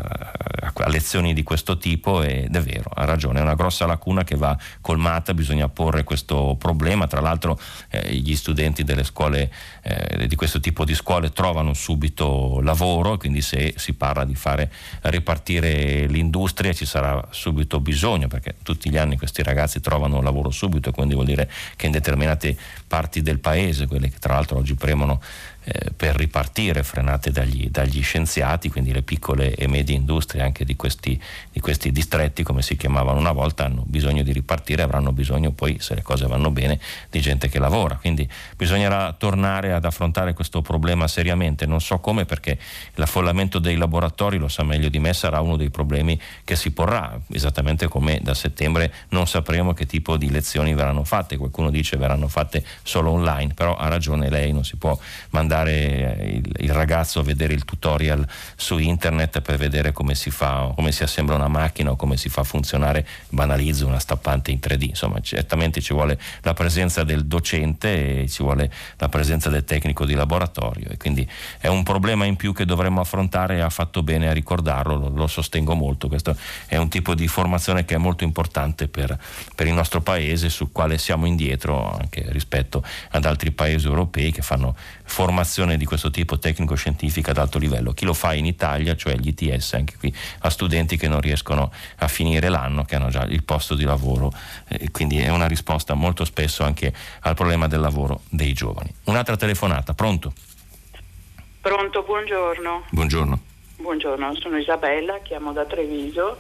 a lezioni di questo tipo ed è vero, ha ragione, è una grossa lacuna che va colmata, bisogna porre questo problema. Tra l'altro eh, gli studenti delle scuole eh, di questo tipo di scuole trovano subito lavoro, quindi se si parla di fare ripartire l'industria ci sarà subito bisogno, perché tutti gli anni questi ragazzi trovano lavoro subito, quindi vuol dire che in determinate parti del paese, quelle che tra l'altro oggi premono eh, per ripartire, frenate dagli, dagli scienziati, quindi le piccole e medie industrie anche di questi, di questi distretti, come si chiamavano una volta, hanno bisogno di ripartire, avranno bisogno poi, se le cose vanno bene, di gente che lavora. Quindi bisognerà tornare ad affrontare questo problema seriamente. Non so come, perché l'affollamento dei laboratori, lo sa meglio di me, sarà uno dei problemi che si porrà, esattamente come da settembre non sapremo che tipo di lezioni verranno fatte. Qualcuno dice verranno fatte solo online, però ha ragione lei, non si può mandare il, il ragazzo a vedere il tutorial su internet per vedere come si fa, come si assembla una macchina o come si fa funzionare, banalizzo, una stampante in tre D. Insomma, certamente ci vuole la presenza del docente e ci vuole la presenza del tecnico di laboratorio, e quindi è un problema in più che dovremmo affrontare, e ha fatto bene a ricordarlo, lo, lo sostengo molto. Questo è un tipo di formazione che è molto importante per, per il nostro paese, sul quale siamo indietro anche rispetto ad altri paesi europei che fanno formazione di questo tipo tecnico-scientifica ad alto livello. Chi lo fa in Italia, cioè gli I T S, anche qui a studenti che non riescono a finire l'anno, che hanno già il posto di lavoro, eh, quindi è una risposta molto spesso anche al problema del lavoro dei giovani. Un'altra telefonata, pronto? Pronto, buongiorno. Buongiorno. Buongiorno, sono Isabella, chiamo da Treviso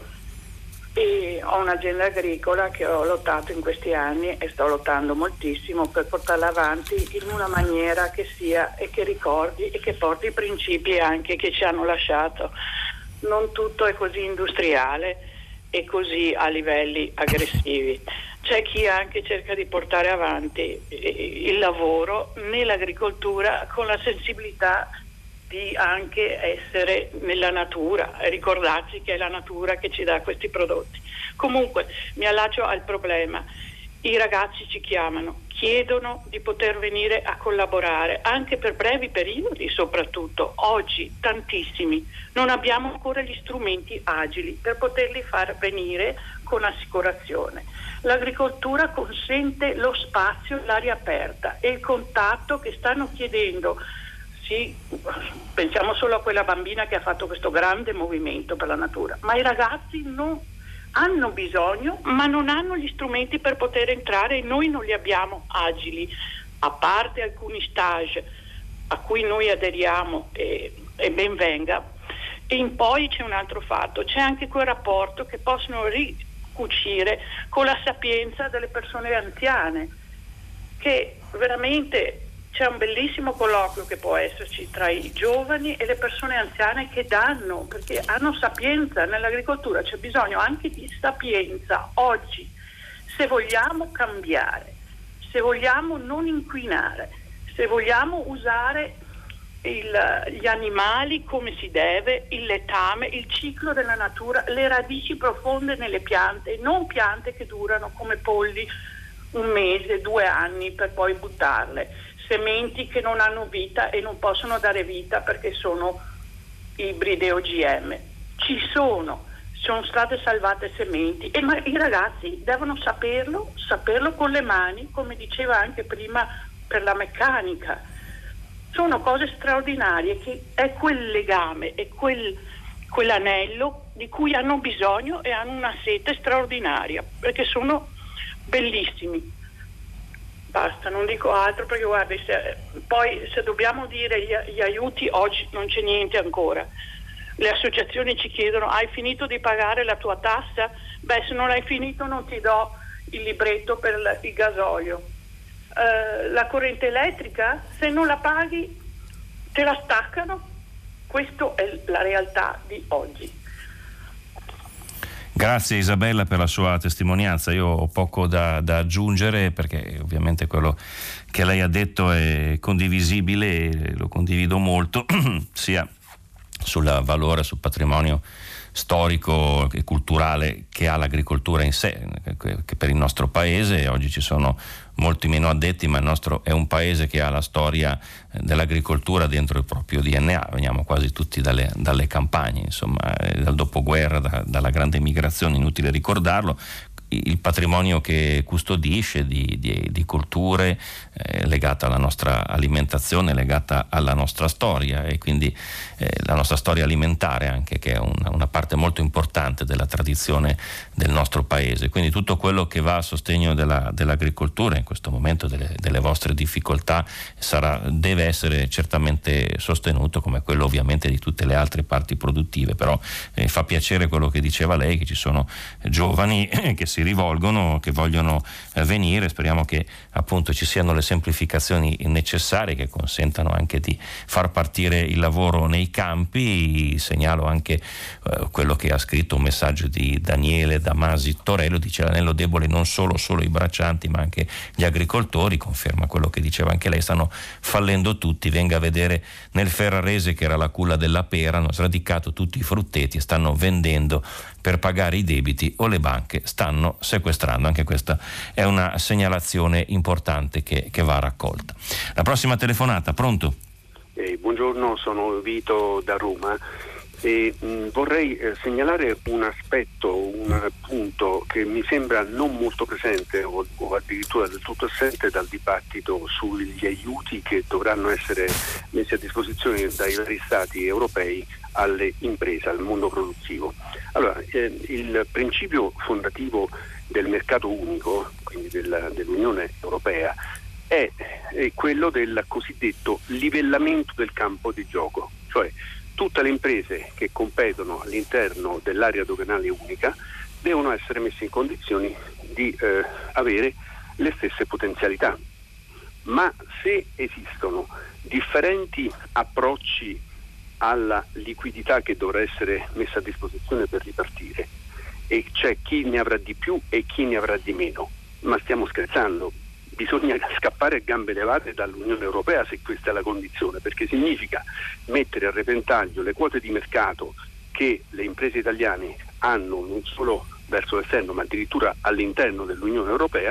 e ho un'azienda agricola che ho lottato in questi anni e sto lottando moltissimo per portarla avanti in una maniera che sia e che ricordi e che porti i principi anche che ci hanno lasciato. Non tutto è così industriale e così a livelli aggressivi. C'è chi anche cerca di portare avanti il lavoro nell'agricoltura con la sensibilità di anche essere nella natura e ricordarci che è la natura che ci dà questi prodotti. Comunque mi allaccio al problema. I ragazzi ci chiamano, chiedono di poter venire a collaborare anche per brevi periodi, soprattutto oggi tantissimi. Non abbiamo ancora gli strumenti agili per poterli far venire con assicurazione. L'agricoltura consente lo spazio, l'aria aperta e il contatto che stanno chiedendo. Sì, pensiamo solo a quella bambina che ha fatto questo grande movimento per la natura, ma i ragazzi non hanno bisogno, ma non hanno gli strumenti per poter entrare e noi non li abbiamo agili, a parte alcuni stage a cui noi aderiamo e, e ben venga. E in poi c'è un altro fatto, c'è anche quel rapporto che possono ricucire con la sapienza delle persone anziane, che veramente c'è un bellissimo colloquio che può esserci tra i giovani e le persone anziane che danno, perché hanno sapienza. Nell'agricoltura c'è bisogno anche di sapienza oggi, se vogliamo cambiare, se vogliamo non inquinare, se vogliamo usare il, gli animali come si deve, il letame, il ciclo della natura, le radici profonde nelle piante, non piante che durano come polli un mese, due anni per poi buttarle. Sementi che non hanno vita e non possono dare vita perché sono ibride O G M. Ci sono, sono state salvate sementi e ma i ragazzi devono saperlo, saperlo con le mani, come diceva anche prima per la meccanica. Sono cose straordinarie, che è quel legame, è quel, quell'anello di cui hanno bisogno e hanno una sete straordinaria, perché sono bellissimi. Basta, non dico altro, perché guardi, se, poi se dobbiamo dire gli, gli aiuti, oggi non c'è niente ancora. Le associazioni ci chiedono: hai finito di pagare la tua tassa? Beh, se non l'hai finito non ti do il libretto per la, il gasolio. Uh, la corrente elettrica, se non la paghi te la staccano. Questa è la realtà di oggi. Grazie Isabella per la sua testimonianza. Io ho poco da, da aggiungere, perché ovviamente quello che lei ha detto è condivisibile e lo condivido molto, sia sul valore, sul patrimonio storico e culturale che ha l'agricoltura in sé, che per il nostro paese oggi ci sono molti meno addetti, ma il nostro è un paese che ha la storia dell'agricoltura dentro il proprio D N A. Veniamo quasi tutti dalle, dalle campagne, insomma, dal dopoguerra, da, dalla grande migrazione, inutile ricordarlo. Il patrimonio che custodisce di, di, di culture eh, legata alla nostra alimentazione, legata alla nostra storia, e quindi eh, la nostra storia alimentare anche, che è una, una parte molto importante della tradizione del nostro paese. Quindi tutto quello che va a sostegno della, dell'agricoltura in questo momento, delle, delle vostre difficoltà, sarà, deve essere certamente sostenuto, come quello ovviamente di tutte le altre parti produttive. Però eh, fa piacere quello che diceva lei, che ci sono giovani che si rivolgono, che vogliono eh, venire. Speriamo che appunto ci siano le semplificazioni necessarie che consentano anche di far partire il lavoro nei campi. Segnalo anche eh, quello che ha scritto un messaggio di Daniele Damasi Torello, dice: l'anello debole non solo solo i braccianti ma anche gli agricoltori. Conferma quello che diceva anche lei, stanno fallendo tutti. Venga a vedere nel Ferrarese, che era la culla della pera, hanno sradicato tutti i frutteti e stanno vendendo per pagare i debiti, o le banche stanno sequestrando. Anche questa è una segnalazione importante che, che va raccolta. La prossima telefonata, pronto? Eh, buongiorno, sono Vito da Roma e mh, vorrei eh, segnalare un aspetto, un punto che mi sembra non molto presente o, o addirittura del tutto assente dal dibattito sugli aiuti che dovranno essere messi a disposizione dai vari stati europei alle imprese, al mondo produttivo. Allora, eh, il principio fondativo del mercato unico, quindi della, dell'Unione Europea, è, è quello del cosiddetto livellamento del campo di gioco, cioè tutte le imprese che competono all'interno dell'area doganale unica devono essere messe in condizioni di eh, avere le stesse potenzialità. Ma se esistono differenti approcci alla liquidità che dovrà essere messa a disposizione per ripartire, e c'è chi ne avrà di più e chi ne avrà di meno, ma stiamo scherzando? Bisogna scappare a gambe levate dall'Unione Europea se questa è la condizione, perché significa mettere a repentaglio le quote di mercato che le imprese italiane hanno non solo verso l'esterno ma addirittura all'interno dell'Unione Europea,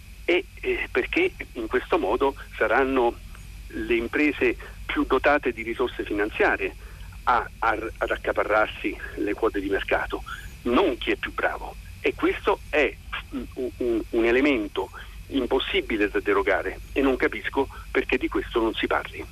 e eh, perché in questo modo saranno le imprese più dotate di risorse finanziarie a, a, ad accaparrarsi le quote di mercato, non chi è più bravo. E questo è un, un, un elemento impossibile da derogare, e non capisco perché di questo non si parli.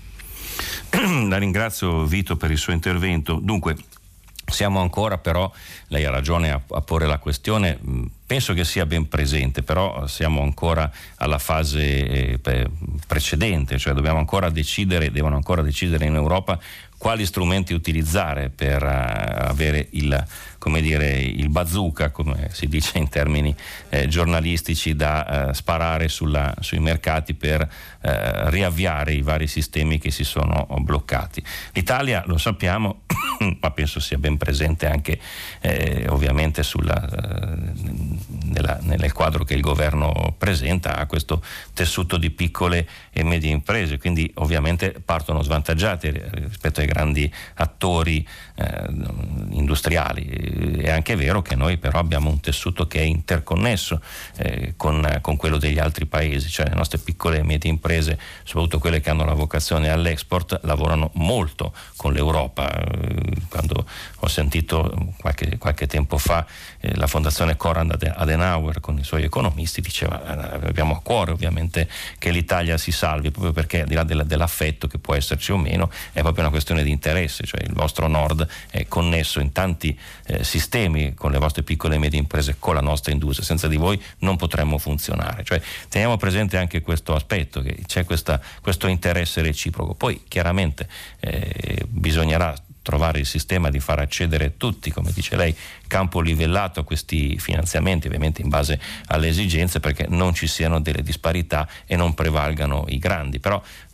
La ringrazio, Vito, per il suo intervento. Dunque, siamo ancora, però lei ha ragione a, a porre la questione, penso che sia ben presente, però siamo ancora alla fase eh, precedente, cioè dobbiamo ancora decidere, devono ancora decidere in Europa quali strumenti utilizzare per uh, avere il, come dire, il bazooka, come si dice in termini eh, giornalistici, da uh, sparare sulla, sui mercati per uh, riavviare i vari sistemi che si sono bloccati. L'Italia, lo sappiamo, ma penso sia ben presente anche eh, ovviamente sulla, uh, nella, nel quadro che il governo presenta, ha questo tessuto di piccole e medie imprese, quindi ovviamente partono svantaggiati rispetto ai grandi attori eh, industriali. È anche vero che noi però abbiamo un tessuto che è interconnesso eh, con, con quello degli altri paesi, cioè le nostre piccole e medie imprese, soprattutto quelle che hanno la vocazione all'export, lavorano molto con l'Europa. Quando ho sentito qualche, qualche tempo fa eh, la fondazione Konrad Adenauer con i suoi economisti, diceva eh, abbiamo a cuore ovviamente che l'Italia si salvi, proprio perché al di là della, dell'affetto che può esserci o meno, è proprio una questione di interesse, cioè il vostro nord è connesso in tanti eh, sistemi con le vostre piccole e medie imprese, con la nostra industria. Senza di voi non potremmo funzionare, cioè teniamo presente anche questo aspetto, che c'è questa, questo interesse reciproco. Poi chiaramente eh, bisognerà trovare il sistema di far accedere tutti, come dice lei, campo livellato a questi finanziamenti, ovviamente in base alle esigenze, perché non ci siano delle disparità e non prevalgano i grandi. Però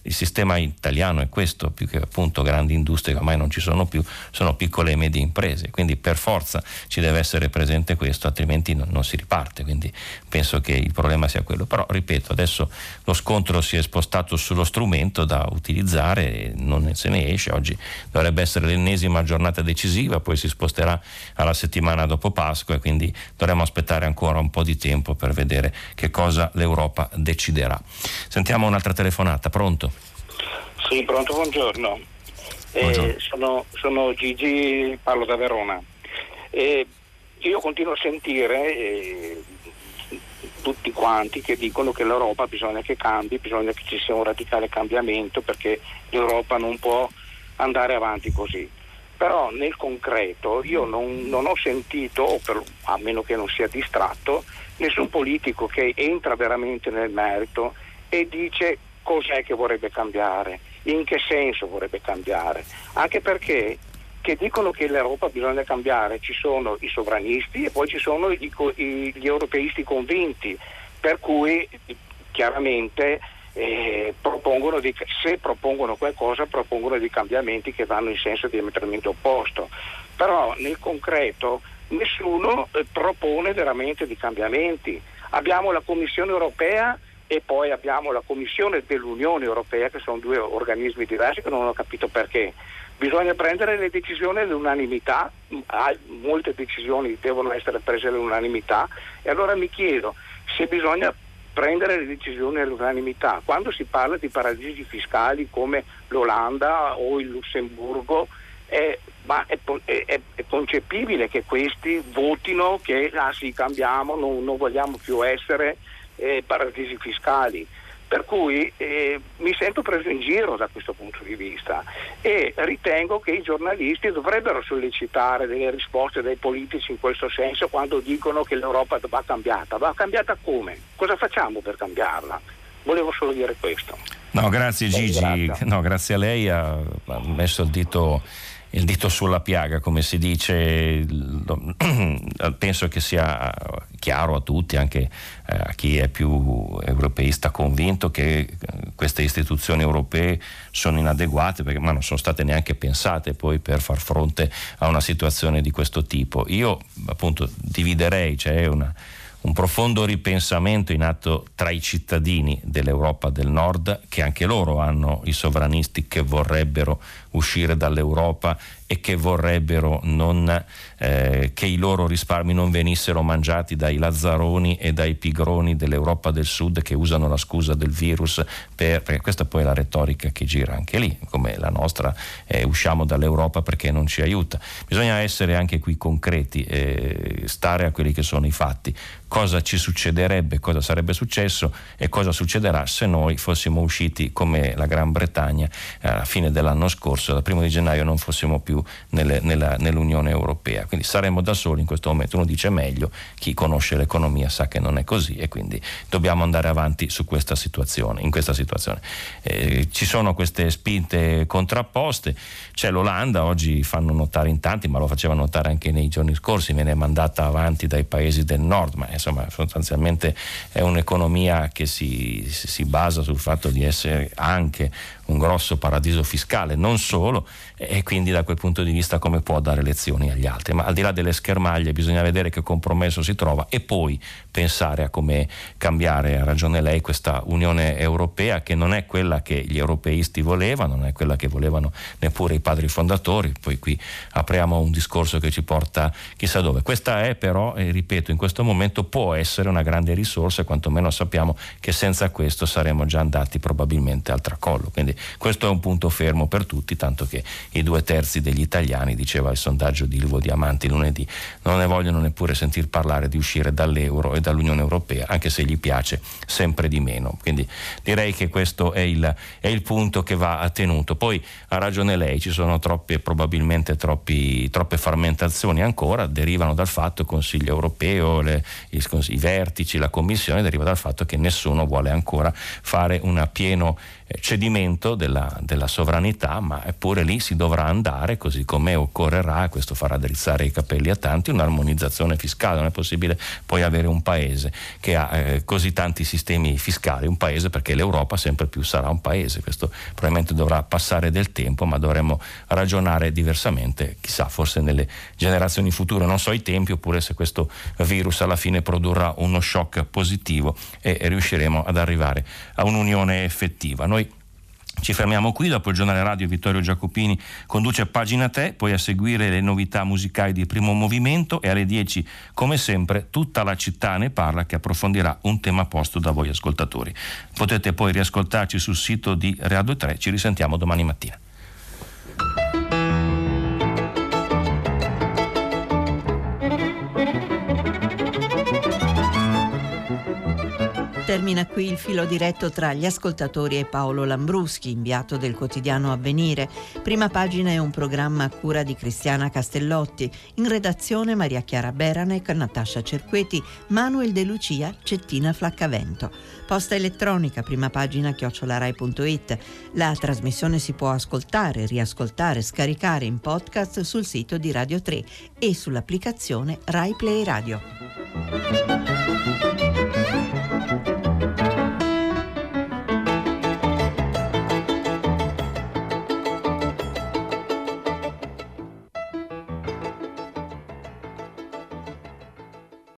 il sistema italiano è questo, più che appunto grandi industrie che ormai non ci sono più, sono piccole e medie imprese, quindi per forza ci deve essere presente questo, altrimenti non, non si riparte, quindi penso che il problema sia quello. Però ripeto, adesso lo scontro si è spostato sullo strumento da utilizzare e non se ne esce. Oggi dovrebbe essere l'ennesima giornata decisiva, poi si sposterà alla settimana dopo Pasqua e quindi dovremo aspettare ancora un po' di tempo per vedere che cosa l'Europa deciderà. Sentiamo un'altra telefonata. Pronto? Sì, pronto, buongiorno. buongiorno. Eh, sono, sono Gigi, parlo da Verona. Eh, io continuo a sentire eh, tutti quanti che dicono che l'Europa bisogna che cambi, bisogna che ci sia un radicale cambiamento, perché l'Europa non può andare avanti così. Però nel concreto io non, non ho sentito, o per, a meno che non sia distratto, nessun politico che entra veramente nel merito e dice cos'è che vorrebbe cambiare, in che senso vorrebbe cambiare, anche perché che dicono che l'Europa bisogna cambiare ci sono i sovranisti e poi ci sono i, i, gli europeisti convinti, per cui chiaramente eh, propongono di, se propongono qualcosa propongono dei cambiamenti che vanno in senso diametralmente opposto, però nel concreto nessuno eh, propone veramente dei cambiamenti. Abbiamo la Commissione europea e poi abbiamo la Commissione dell'Unione Europea, che sono due organismi diversi che non ho capito perché. Bisogna prendere le decisioni all'unanimità, molte decisioni devono essere prese all'unanimità, e allora mi chiedo se bisogna prendere le decisioni all'unanimità quando si parla di paradisi fiscali come l'Olanda o il Lussemburgo. È, ma è, è, è concepibile che questi votino che ah sì, cambiamo, non, non vogliamo più essere eh, paradisi fiscali, per cui eh, mi sento preso in giro da questo punto di vista e ritengo che i giornalisti dovrebbero sollecitare delle risposte dai politici in questo senso quando dicono che l'Europa va cambiata. Va cambiata come? Cosa facciamo per cambiarla? Volevo solo dire questo. No, grazie Gigi, grazie. No, grazie a lei, ha messo il dito il dito sulla piaga, come si dice. Penso che sia chiaro a tutti, anche a chi è più europeista convinto, che queste istituzioni europee sono inadeguate, perché ma non sono state neanche pensate poi per far fronte a una situazione di questo tipo. Io appunto dividerei, c'è una un profondo ripensamento in atto tra i cittadini dell'Europa del Nord, che anche loro hanno i sovranisti che vorrebbero uscire dall'Europa e che vorrebbero non, eh, che i loro risparmi non venissero mangiati dai lazzaroni e dai pigroni dell'Europa del Sud, che usano la scusa del virus per, perché questa poi è la retorica che gira anche lì, come la nostra, eh, usciamo dall'Europa perché non ci aiuta. Bisogna essere anche qui concreti, eh, stare a quelli che sono i fatti. Cosa ci succederebbe, cosa sarebbe successo e cosa succederà se noi fossimo usciti come la Gran Bretagna alla fine dell'anno scorso, dal primo di gennaio non fossimo più nelle, nella, nell'Unione Europea. Quindi saremmo da soli in questo momento. Uno dice meglio, chi conosce l'economia sa che non è così e quindi dobbiamo andare avanti su questa situazione, in questa situazione. Eh, ci sono queste spinte contrapposte, c'è l'Olanda, oggi fanno notare in tanti, ma lo facevano notare anche nei giorni scorsi, viene mandata avanti dai paesi del nord, ma insomma sostanzialmente è un'economia che si, si basa sul fatto di essere anche un grosso paradiso fiscale, non solo, e quindi da quel punto di vista come può dare lezioni agli altri. Ma al di là delle schermaglie bisogna vedere che compromesso si trova e poi pensare a come cambiare, ha ragione lei, questa Unione Europea, che non è quella che gli europeisti volevano, non è quella che volevano neppure i padri fondatori. Poi qui apriamo un discorso che ci porta chissà dove. Questa è però, e ripeto, in questo momento può essere una grande risorsa, e quantomeno sappiamo che senza questo saremmo già andati probabilmente al tracollo. Quindi questo è un punto fermo per tutti, tanto che i due terzi degli italiani, diceva il sondaggio di Ilvo Diamanti lunedì, non ne vogliono neppure sentir parlare di uscire dall'euro e dall'Unione Europea, anche se gli piace sempre di meno. Quindi direi che questo è il, è il punto che va tenuto. Poi ha ragione lei, ci sono troppe, probabilmente troppi, troppe frammentazioni ancora, derivano dal fatto, il Consiglio europeo, le, i, i vertici, la Commissione, deriva dal fatto che nessuno vuole ancora fare un pieno cedimento della, della sovranità, ma eppure lì si dovrà andare, così così come occorrerà, questo farà drizzare i capelli a tanti, un'armonizzazione fiscale. Non è possibile poi avere un paese che ha eh, così tanti sistemi fiscali, un paese, perché l'Europa sempre più sarà un paese. Questo probabilmente dovrà passare del tempo, ma dovremmo ragionare diversamente, chissà, forse nelle generazioni future, non so i tempi, oppure se questo virus alla fine produrrà uno shock positivo e, e riusciremo ad arrivare a un'unione effettiva. Noi ci fermiamo qui, dopo il giornale radio Vittorio Giacopini conduce Pagina Te, poi a seguire le novità musicali di Primo Movimento e alle dieci come sempre Tutta la città ne parla, che approfondirà un tema posto da voi ascoltatori. Potete poi riascoltarci sul sito di Radio tre, ci risentiamo domani mattina. Termina qui il filo diretto tra gli ascoltatori e Paolo Lambruschi, inviato del quotidiano Avvenire. Prima Pagina è un programma a cura di Cristiana Castellotti, in redazione Maria Chiara Beranec, Natascia Cerqueti, Manuel De Lucia, Cettina Flaccavento. Posta elettronica primapagina chiocciola rai punto it. La trasmissione si può ascoltare, riascoltare, scaricare in podcast sul sito di Radio tre e sull'applicazione Rai Play Radio.